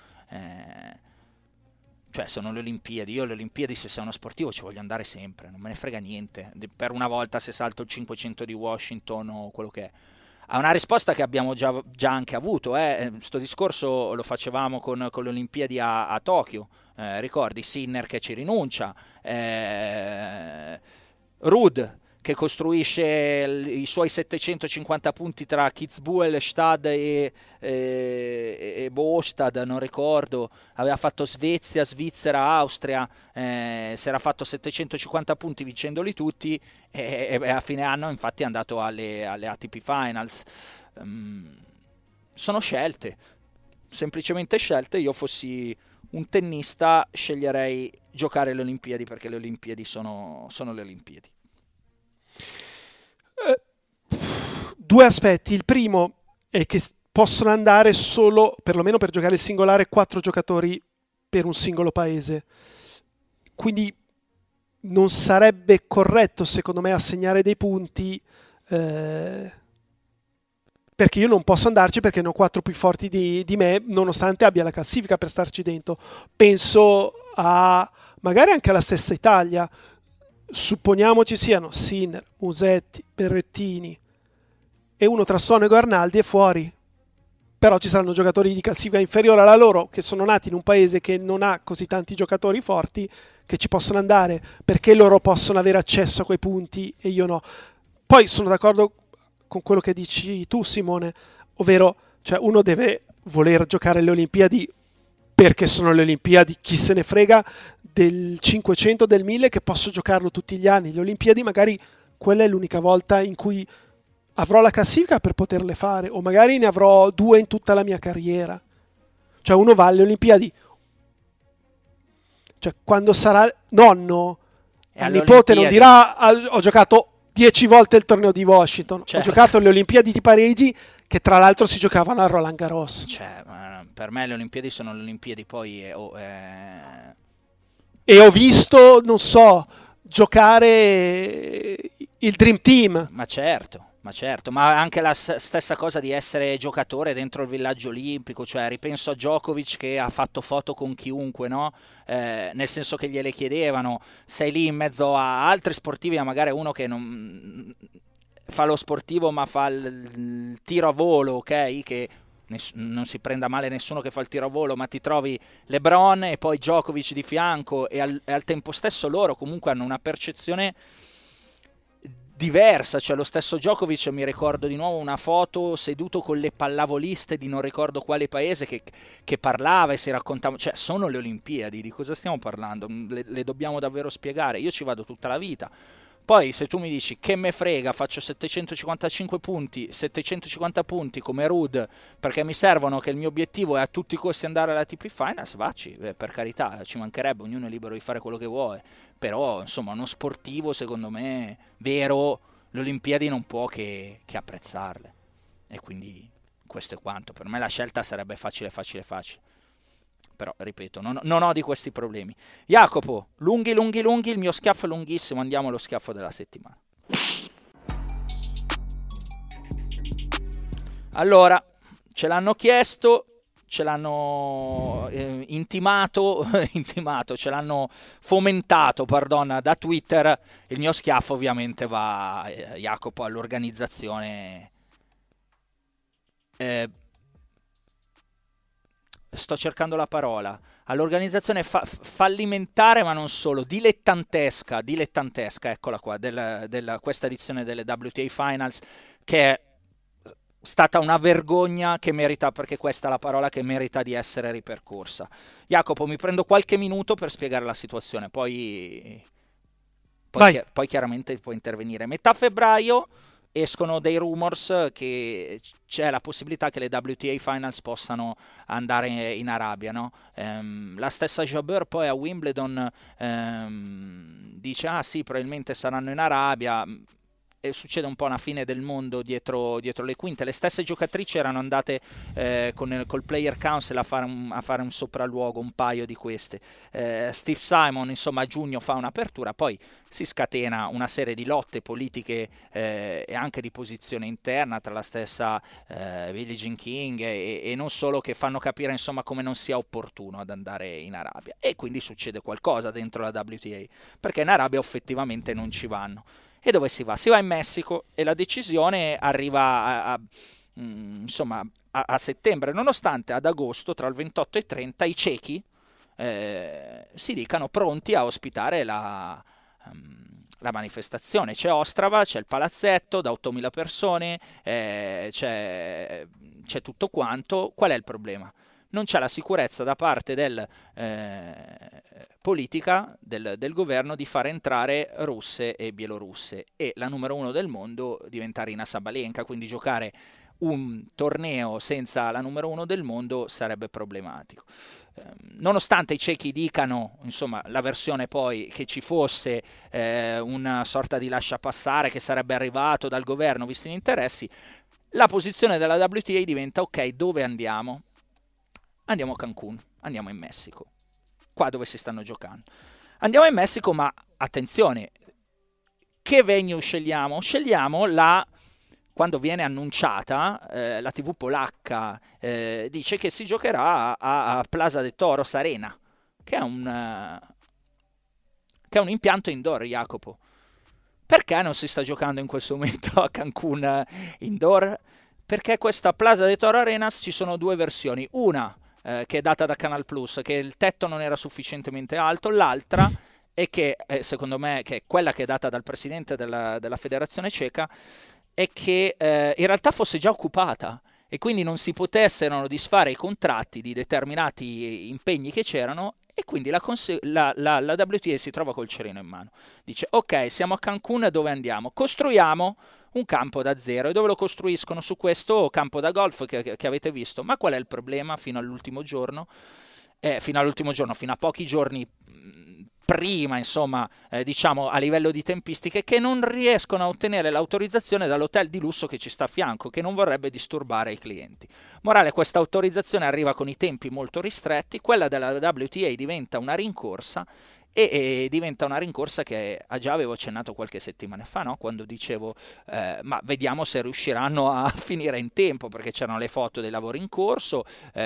cioè sono le Olimpiadi, io alle Olimpiadi se sei uno sportivo ci voglio andare sempre, non me ne frega niente, per una volta se salto il 500 di Washington o quello che è. Ha una risposta che abbiamo già anche avuto, sto discorso lo facevamo con le Olimpiadi a Tokyo, ricordi Sinner che ci rinuncia, Ruud che costruisce i suoi 750 punti tra Kitzbühel, Stad e Båstad, non ricordo, aveva fatto Svezia, Svizzera, Austria, si era fatto 750 punti vincendoli tutti e a fine anno infatti è andato alle ATP Finals. Sono scelte, semplicemente scelte. Io fossi un tennista sceglierei giocare le Olimpiadi perché le Olimpiadi sono le Olimpiadi. Due aspetti. Il primo è che possono andare solo, perlomeno per giocare il singolare, 4 giocatori per un singolo paese. Quindi non sarebbe corretto, secondo me, assegnare dei punti perché io non posso andarci perché ne ho 4 più forti di me, nonostante abbia la classifica per starci dentro. Penso a magari anche alla stessa Italia. Supponiamo ci siano Sinner, Musetti, Berrettini e uno tra Sonego e Arnaldi è fuori, però ci saranno giocatori di classifica inferiore alla loro che sono nati in un paese che non ha così tanti giocatori forti che ci possono andare perché loro possono avere accesso a quei punti e io no. Poi sono d'accordo con quello che dici tu, Simone, ovvero cioè uno deve voler giocare le Olimpiadi perché sono le Olimpiadi, chi se ne frega del 500, del 1000 che posso giocarlo tutti gli anni. Le Olimpiadi magari quella è l'unica volta in cui avrò la classifica per poterle fare, o magari ne avrò 2 in tutta la mia carriera. Cioè uno va alle Olimpiadi, cioè quando sarà nonno, al nipote non dirà ho giocato 10 volte il torneo di Washington, certo. Ho giocato alle Olimpiadi di Parigi che tra l'altro si giocavano a Roland Garros. Cioè, per me le Olimpiadi sono le Olimpiadi, poi e ho visto, non so, giocare il Dream Team. Ma certo, ma anche la stessa cosa di essere giocatore dentro il villaggio olimpico, cioè ripenso a Djokovic che ha fatto foto con chiunque, no? Nel senso che gliele chiedevano, sei lì in mezzo a altri sportivi, a magari uno che non fa lo sportivo ma fa il tiro a volo, ok? Che non si prenda male nessuno che fa il tiro a volo, ma ti trovi LeBron e poi Djokovic di fianco e al tempo stesso loro comunque hanno una percezione diversa, cioè lo stesso Djokovic, mi ricordo di nuovo una foto seduto con le pallavoliste di non ricordo quale paese che parlava e si raccontava, cioè sono le Olimpiadi, di cosa stiamo parlando? Le dobbiamo davvero spiegare? Io ci vado tutta la vita, Poi se tu mi dici che me frega, faccio 750 punti come Ruud perché mi servono, che il mio obiettivo è a tutti i costi andare alla TP Finals, vacci, per carità, ci mancherebbe, ognuno è libero di fare quello che vuole, però insomma uno sportivo secondo me vero le Olimpiadi non può che apprezzarle, e quindi questo è quanto. Per me la scelta sarebbe facile, però ripeto, non ho di questi problemi. Jacopo, lunghi, il mio schiaffo è lunghissimo, andiamo allo schiaffo della settimana. Allora, ce l'hanno chiesto, ce l'hanno intimato, ce l'hanno fomentato, pardon, da Twitter. Il mio schiaffo ovviamente va, Jacopo, all'organizzazione... sto cercando la parola, all'organizzazione fallimentare, ma non solo, dilettantesca, eccola qua, questa edizione delle WTA Finals, che è stata una vergogna che merita, perché questa è la parola che merita di essere ripercorsa. Jacopo, mi prendo qualche minuto per spiegare la situazione, poi chiaramente puoi intervenire. Metà febbraio escono dei rumors che c'è la possibilità che le WTA Finals possano andare in Arabia, no? La stessa Jabeur poi a Wimbledon dice sì, probabilmente saranno in Arabia, e succede un po' una fine del mondo dietro le quinte. Le stesse giocatrici erano andate col Player Council a fare un sopralluogo, un paio di queste. Steve Simon, insomma, a giugno fa un'apertura, poi si scatena una serie di lotte politiche e anche di posizione interna tra la stessa Billie Jean King e non solo, che fanno capire insomma come non sia opportuno ad andare in Arabia, e quindi succede qualcosa dentro la WTA, perché in Arabia effettivamente non ci vanno. E dove si va? Si va in Messico, e la decisione arriva a settembre, nonostante ad agosto, tra il 28 e il 30, i cechi si dicano pronti a ospitare la manifestazione. C'è Ostrava, c'è il palazzetto da 8.000 persone, c'è tutto quanto. Qual è il problema? Non c'è la sicurezza da parte del politica del governo di far entrare russe e bielorusse, e la numero 1 del mondo diventa Aryna Sabalenka, quindi giocare un torneo senza la numero 1 del mondo sarebbe problematico. Nonostante i cechi dicano, insomma, la versione poi che ci fosse una sorta di lasciapassare che sarebbe arrivato dal governo visti gli interessi, la posizione della WTA diventa: ok, dove andiamo? Andiamo a Cancun, andiamo in Messico, qua dove si stanno giocando. Andiamo in Messico, ma attenzione, che venue scegliamo? Scegliamo quando viene annunciata, la TV polacca dice che si giocherà a Plaza de Toros Arena, che è un impianto indoor, Jacopo. Perché non si sta giocando in questo momento a Cancun indoor? Perché questa Plaza de Toros Arenas ci sono due versioni, una che è data da Canal Plus, che il tetto non era sufficientemente alto, l'altra è che, secondo me, che è quella che è data dal presidente della federazione ceca, è che in realtà fosse già occupata, e quindi non si potessero disfare i contratti di determinati impegni che c'erano, e quindi la WTA si trova col cerino in mano. Dice: ok, siamo a Cancun, dove andiamo? Costruiamo un campo da zero. E dove lo costruiscono? Su questo campo da golf che avete visto. Ma qual è il problema fino all'ultimo giorno? Fino a pochi giorni prima, insomma, diciamo a livello di tempistiche, che non riescono a ottenere l'autorizzazione dall'hotel di lusso che ci sta a fianco, che non vorrebbe disturbare i clienti. Morale, questa autorizzazione arriva con i tempi molto ristretti, quella della WTA diventa una rincorsa, e diventa una rincorsa che già avevo accennato qualche settimana fa, no? Quando dicevo ma vediamo se riusciranno a finire in tempo, perché c'erano le foto dei lavori in corso,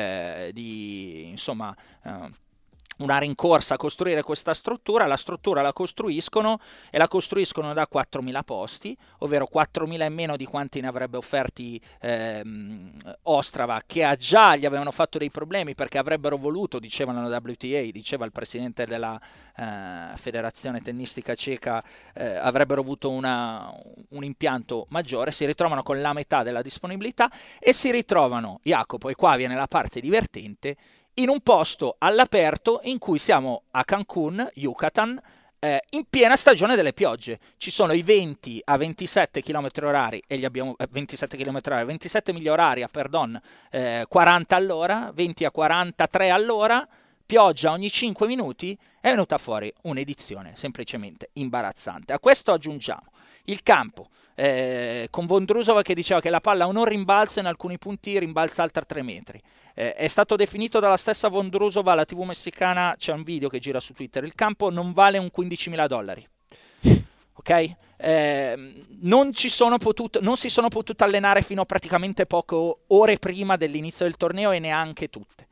una rincorsa a costruire questa struttura. La struttura la costruiscono, e la costruiscono da 4.000 posti, ovvero 4.000 in meno di quanti ne avrebbe offerti Ostrava, che già gli avevano fatto dei problemi, perché avrebbero voluto, dicevano la WTA, diceva il presidente della federazione tennistica ceca, avrebbero avuto un impianto maggiore. Si ritrovano con la metà della disponibilità, e si ritrovano, Jacopo, e qua viene la parte divertente, in un posto all'aperto in cui siamo a Cancun, Yucatan, in piena stagione delle piogge. Ci sono i 20 a 27 km orari, e li abbiamo 27 km orari, 27 miglia oraria, 40 all'ora, 20 a 43 all'ora, pioggia ogni 5 minuti, è venuta fuori un'edizione semplicemente imbarazzante. A questo aggiungiamo il campo, con Vondrusova che diceva che la palla non rimbalza, in alcuni punti rimbalza altra 3 metri. È stato definito dalla stessa Vondrusova, alla TV messicana, c'è un video che gira su Twitter, il campo non vale un $15,000. Ok? Non si sono potuti allenare fino a praticamente poche ore prima dell'inizio del torneo, e neanche tutte.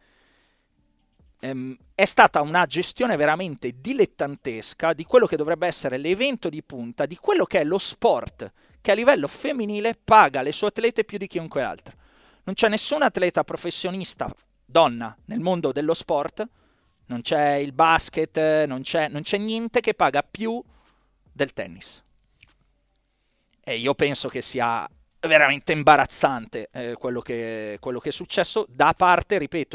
È stata una gestione veramente dilettantesca di quello che dovrebbe essere l'evento di punta, di quello che è lo sport che a livello femminile paga le sue atlete più di chiunque altro. Non c'è nessun atleta professionista donna nel mondo dello sport, non c'è il basket, non c'è niente che paga più del tennis. E io penso che sia veramente imbarazzante quello che è successo da parte, ripeto,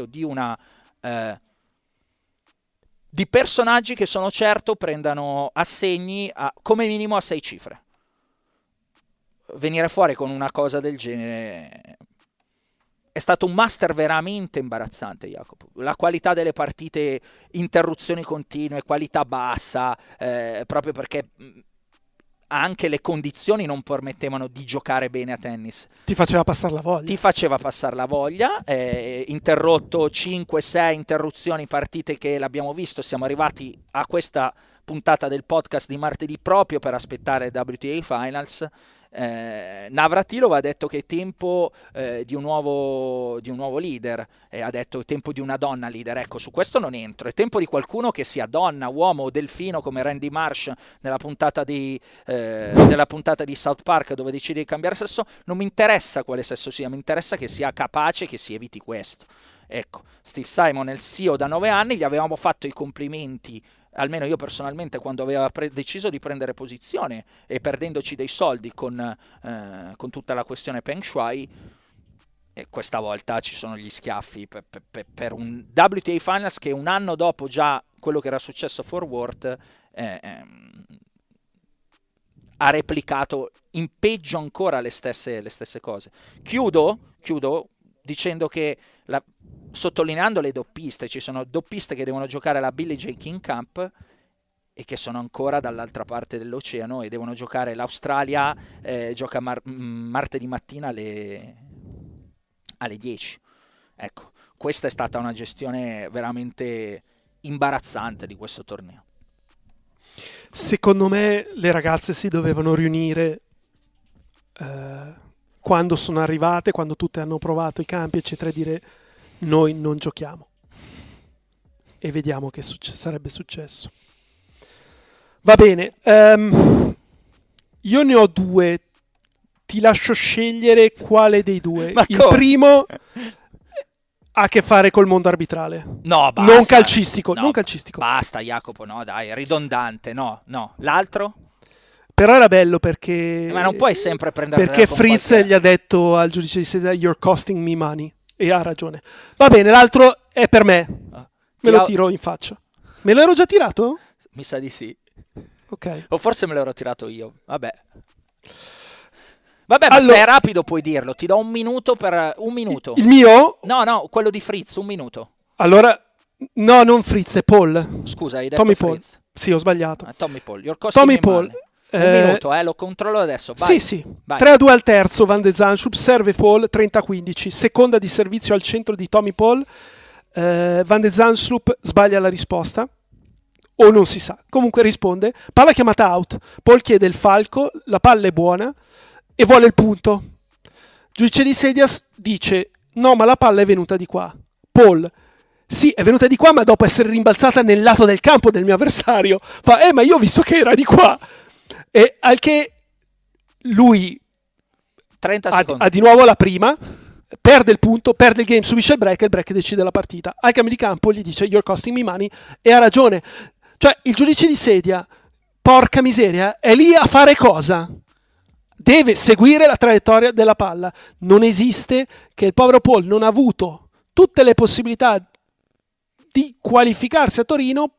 di personaggi che sono certo prendano assegni come minimo a 6 cifre. Venire fuori con una cosa del genere è stato un master veramente imbarazzante, Jacopo. La qualità delle partite, interruzioni continue, qualità bassa, proprio perché anche le condizioni non permettevano di giocare bene a tennis. Ti faceva passare la voglia. Interrotto 5-6 interruzioni, partite che l'abbiamo visto. Siamo arrivati a questa puntata del podcast di martedì proprio per aspettare WTA Finals. Navratilova ha detto che è tempo di un nuovo leader, ha detto è tempo di una donna leader. Ecco, su questo non entro. È tempo di qualcuno che sia donna, uomo o delfino, come Randy Marsh nella puntata di South Park, dove decide di cambiare sesso. Non mi interessa quale sesso sia, mi interessa che sia capace, che si eviti questo. Ecco, Steve Simon è il CEO da 9 anni, gli avevamo fatto i complimenti, almeno io personalmente, quando aveva deciso di prendere posizione e perdendoci dei soldi con tutta la questione Peng Shuai, e questa volta ci sono gli schiaffi per un WTA Finals che un anno dopo già quello che era successo a Fort Worth ha replicato in peggio ancora le stesse cose. Chiudo dicendo che sottolineando le doppiste, ci sono doppiste che devono giocare la Billie Jean King Cup e che sono ancora dall'altra parte dell'oceano e devono giocare l'Australia, gioca martedì mattina alle 10. Ecco, questa è stata una gestione veramente imbarazzante di questo torneo. Secondo me le ragazze si dovevano riunire quando sono arrivate, quando tutte hanno provato i campi, eccetera, e dire: noi non giochiamo, e vediamo che sarebbe successo. Va bene, io ne ho 2, ti lascio scegliere quale dei 2. Il primo ha a che fare col mondo arbitrale, no, basta. Non calcistico. Basta, Jacopo, no, dai, è ridondante, no. L'altro? Però era bello perché ma non puoi sempre prendere, perché Fritz gli ha detto al giudice di sedia: you're costing me money. E ha ragione. Va bene, l'altro è per me. Me lo tiro in faccia. Me lo ero già tirato? Mi sa di sì. Ok. O forse me l'ero tirato io. Vabbè, ma allora, se è rapido puoi dirlo. Ti do un minuto per... Un minuto. Il mio? No, quello di Fritz, un minuto. Allora, no, non Fritz, è Paul. Scusa, hai detto Tommy Fritz. Paul. Sì, ho sbagliato. Tommy Paul. Tommy Paul. Un minuto, lo controllo adesso. Vai. Sì. 3-2 al terzo, Van de Zandschulp, serve Paul, 30-15. Seconda di servizio al centro di Tommy Paul. Van de Zandschulp sbaglia la risposta. O non si sa. Comunque risponde. Palla chiamata out. Paul chiede il falco, la palla è buona e vuole il punto. Giudice di sedia dice: no, ma la palla è venuta di qua. Paul: sì, è venuta di qua, ma dopo essere rimbalzata nel lato del campo del mio avversario. Fa: ma io ho visto che era di qua. E al che lui 30 secondi. Ha di nuovo la prima, perde il punto, perde il game, subisce il break decide la partita. Al cambio di campo gli dice: you're costing me money, e ha ragione. Cioè, il giudice di sedia, porca miseria, è lì a fare cosa? Deve seguire la traiettoria della palla. Non esiste che il povero Paul non ha avuto tutte le possibilità di qualificarsi a Torino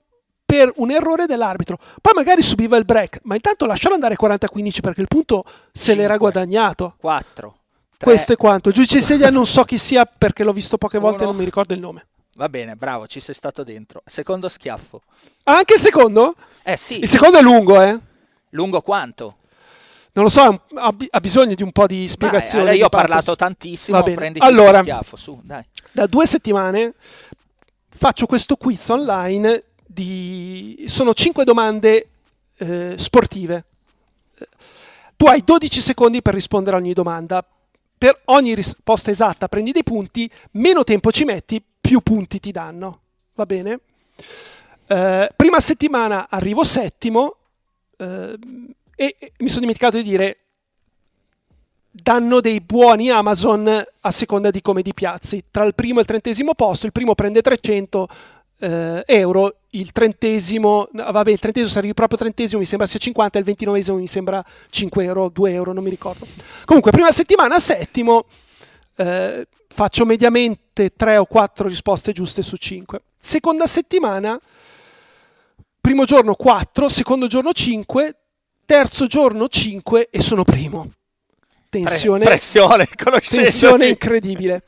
per un errore dell'arbitro. Poi magari subiva il break, ma intanto lascialo andare 40-15 perché il punto se l'era guadagnato. 4. Questo è quanto. Giudice in sedia non so chi sia perché l'ho visto poche volte e non mi ricordo il nome. Va bene, bravo, ci sei stato dentro. Secondo schiaffo. Anche il secondo? Sì. Il secondo è lungo, Lungo quanto? Non lo so, ha bisogno di un po' di spiegazione. Io ho parlato tantissimo, prenditi allora, lo schiaffo, su, dai. Da 2 settimane faccio questo quiz online sono 5 domande sportive. Tu hai 12 secondi per rispondere a ogni domanda. Per ogni risposta esatta prendi dei punti, meno tempo ci metti, più punti ti danno. Va bene? Prima settimana arrivo settimo e mi sono dimenticato di dire danno dei buoni Amazon a seconda di come ti piazzi. Tra il primo e il 30° posto, il primo prende 300 euro, il 30° il 30° se arrivi proprio 30° mi sembra sia 50, il 29° mi sembra 5 euro, 2 euro, non mi ricordo. Comunque prima settimana settimo, faccio mediamente 3 o 4 risposte giuste su 5. Seconda settimana, primo giorno 4, secondo giorno 5, terzo giorno 5 e sono primo. Tensione incredibile.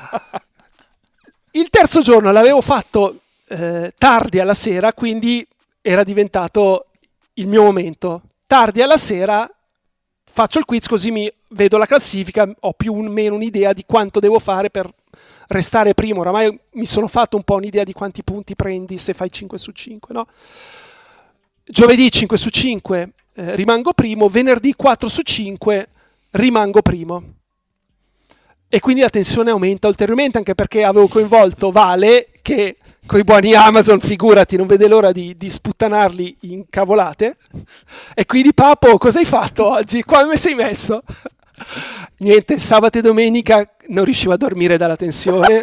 Il terzo giorno l'avevo fatto tardi alla sera, quindi era diventato il mio momento. Tardi alla sera faccio il quiz, così mi vedo la classifica, ho più o meno un'idea di quanto devo fare per restare primo. Oramai mi sono fatto un po' un'idea di quanti punti prendi se fai 5 su 5, no? Giovedì 5 su 5 rimango primo, venerdì 4 su 5 rimango primo. E quindi la tensione aumenta ulteriormente, anche perché avevo coinvolto Vale, che coi buoni Amazon, figurati, non vede l'ora di sputtanarli in cavolate. E quindi, Papo, cosa hai fatto oggi? Come sei messo? Niente, sabato e domenica non riuscivo a dormire dalla tensione.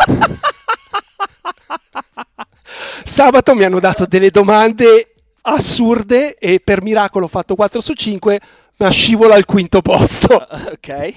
Sabato mi hanno dato delle domande assurde e per miracolo ho fatto 4 su 5, ma scivola al quinto posto. Ok.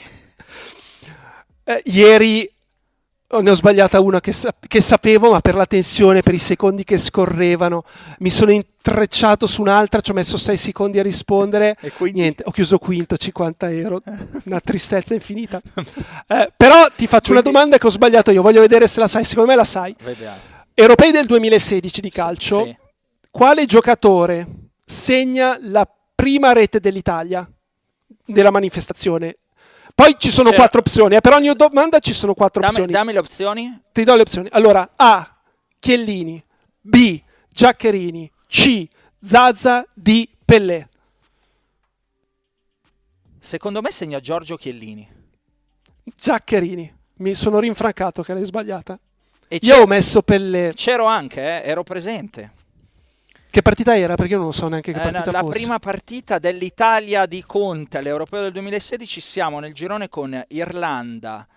Ieri ne ho sbagliata una che sapevo, ma per la tensione, per i secondi che scorrevano, mi sono intrecciato su un'altra, ci ho messo 6 secondi a rispondere, e quindi? Niente, ho chiuso quinto, 50 euro, una tristezza infinita. Però ti faccio una domanda che ho sbagliato io, voglio vedere se la sai, secondo me la sai. Vediamo. Europei del 2016 di calcio, sì. Quale giocatore segna la prima rete dell'Italia della manifestazione? Poi ci sono 4 opzioni, per ogni domanda ci sono 4 opzioni. Dammi le opzioni. Ti do le opzioni. Allora, A. Chiellini, B. Giaccherini, C. Zaza, D. Pellè. Secondo me segna Giorgio Chiellini. Giaccherini. Mi sono rinfrancato che l'hai sbagliata. E io ho messo Pellè. C'ero anche, ero presente. Che partita era? Perché io non so neanche che partita la fosse. prima partita dell'Italia di Conte all'Europeo del 2016. Siamo nel girone con Irlanda.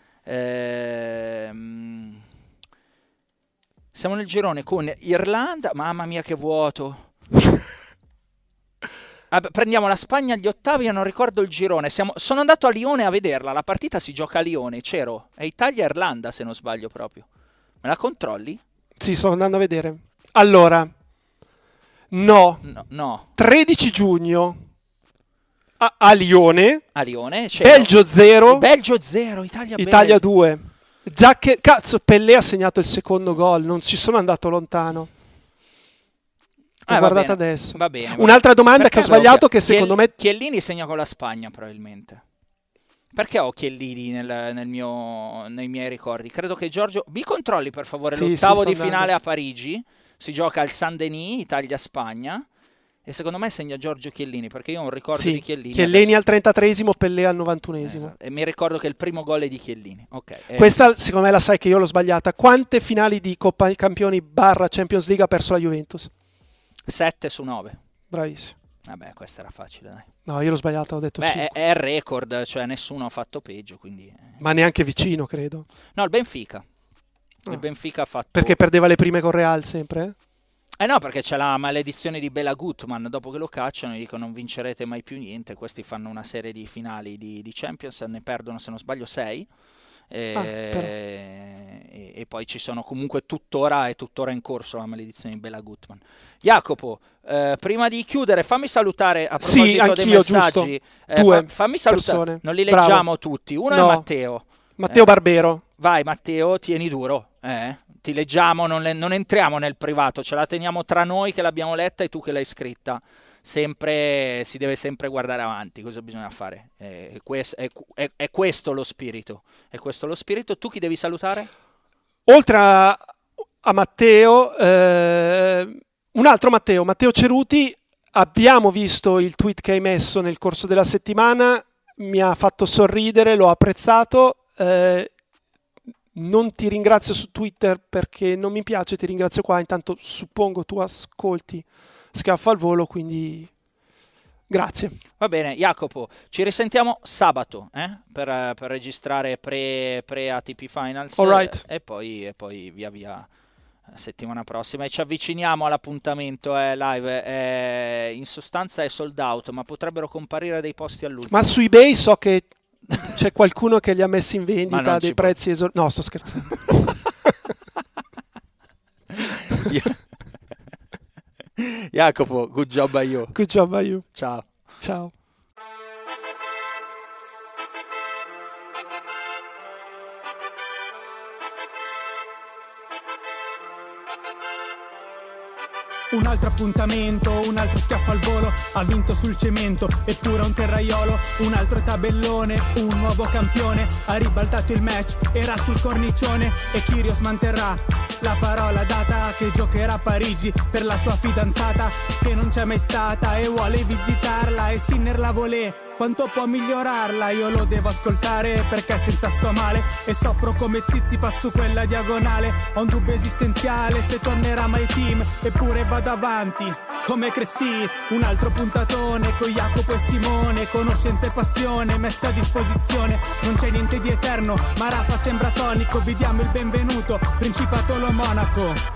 Siamo nel girone con Irlanda. Mamma mia che vuoto. Prendiamo la Spagna agli ottavi, io non ricordo il girone. Sono andato a Lione a vederla. La partita si gioca a Lione. C'ero. È Italia-Irlanda se non sbaglio proprio. Me la controlli? Sì, sto andando a vedere. Allora... No. 13 giugno a Lione. A Lione. Belgio 0. Belgio 0, Italia 2. Cazzo, Pellè ha segnato il secondo gol. Non ci sono andato lontano. L'ho guardata adesso. Va bene. Un'altra domanda che ho sbagliato che secondo me... Chiellini segna con la Spagna probabilmente. Perché ho Chiellini nei miei ricordi? Credo che Giorgio... Mi controlli per favore l'ottavo di finale a Parigi. Si gioca al Saint-Denis, Italia-Spagna, e secondo me segna Giorgio Chiellini, perché io ho un ricordo di Chiellini. Chiellini al 33esimo, Pellè al 91esimo. Esatto. E mi ricordo che il primo gol è di Chiellini. Okay. Questa secondo me la sai che io l'ho sbagliata. Quante finali di Coppa Campioni / Champions League ha perso la Juventus? 7 su 9. Bravissimo. Vabbè, questa era facile, dai. No, io l'ho sbagliata, ho detto 5. È il record, cioè nessuno ha fatto peggio, quindi... Ma neanche vicino, credo. No, il Benfica. Il Benfica ha fatto... Perché perdeva le prime con Real sempre? No, perché c'è la maledizione di Bela Gutman, dopo che lo cacciano gli dicono non vincerete mai più niente, questi fanno una serie di finali di Champions, ne perdono se non sbaglio 6, e poi ci sono comunque tuttora in corso la maledizione di Bela Gutman. Jacopo, prima di chiudere fammi salutare, a proposito dei messaggi, fammi salutare persone. Non li leggiamo tutti, uno è Matteo Barbero. Vai Matteo, tieni duro, ti leggiamo, non entriamo nel privato, ce la teniamo tra noi che l'abbiamo letta e tu che l'hai scritta. Sempre si deve sempre guardare avanti, cosa bisogna fare? È questo lo spirito. È questo lo spirito. Tu chi devi salutare? Oltre a Matteo, un altro Matteo Ceruti. Abbiamo visto il tweet che hai messo nel corso della settimana, mi ha fatto sorridere, l'ho apprezzato. Non ti ringrazio su Twitter perché non mi piace, ti ringrazio qua. Intanto suppongo tu ascolti Schiaffo al Volo, quindi grazie. Va bene, Jacopo, ci risentiamo sabato per registrare pre ATP Finals. Right. E poi via settimana prossima, e ci avviciniamo all'appuntamento live. In sostanza è sold out, ma potrebbero comparire dei posti all'ultimo. Ma su eBay so che c'è qualcuno che li ha messi in vendita a dei prezzi no, sto scherzando. Jacopo, good job a you. Good job a you. Ciao. Ciao. Un altro appuntamento, un altro schiaffo al volo, ha vinto sul cemento, eppure un terraiolo, un altro tabellone, un nuovo campione, ha ribaltato il match, era sul cornicione e Kyrgios manterrà la parola data che giocherà a Parigi per la sua fidanzata che non c'è mai stata e vuole visitarla e Sinner la volè. Quanto può migliorarla? Io lo devo ascoltare perché senza sto male e soffro come Tsitsipas su quella diagonale. Ho un dubbio esistenziale se tornerà mai team, eppure vado avanti come Cressy. Un altro puntatone con Jacopo e Simone, conoscenza e passione messa a disposizione. Non c'è niente di eterno, ma Rafa sembra tonico. Vi diamo il benvenuto, Principato Lo Monaco.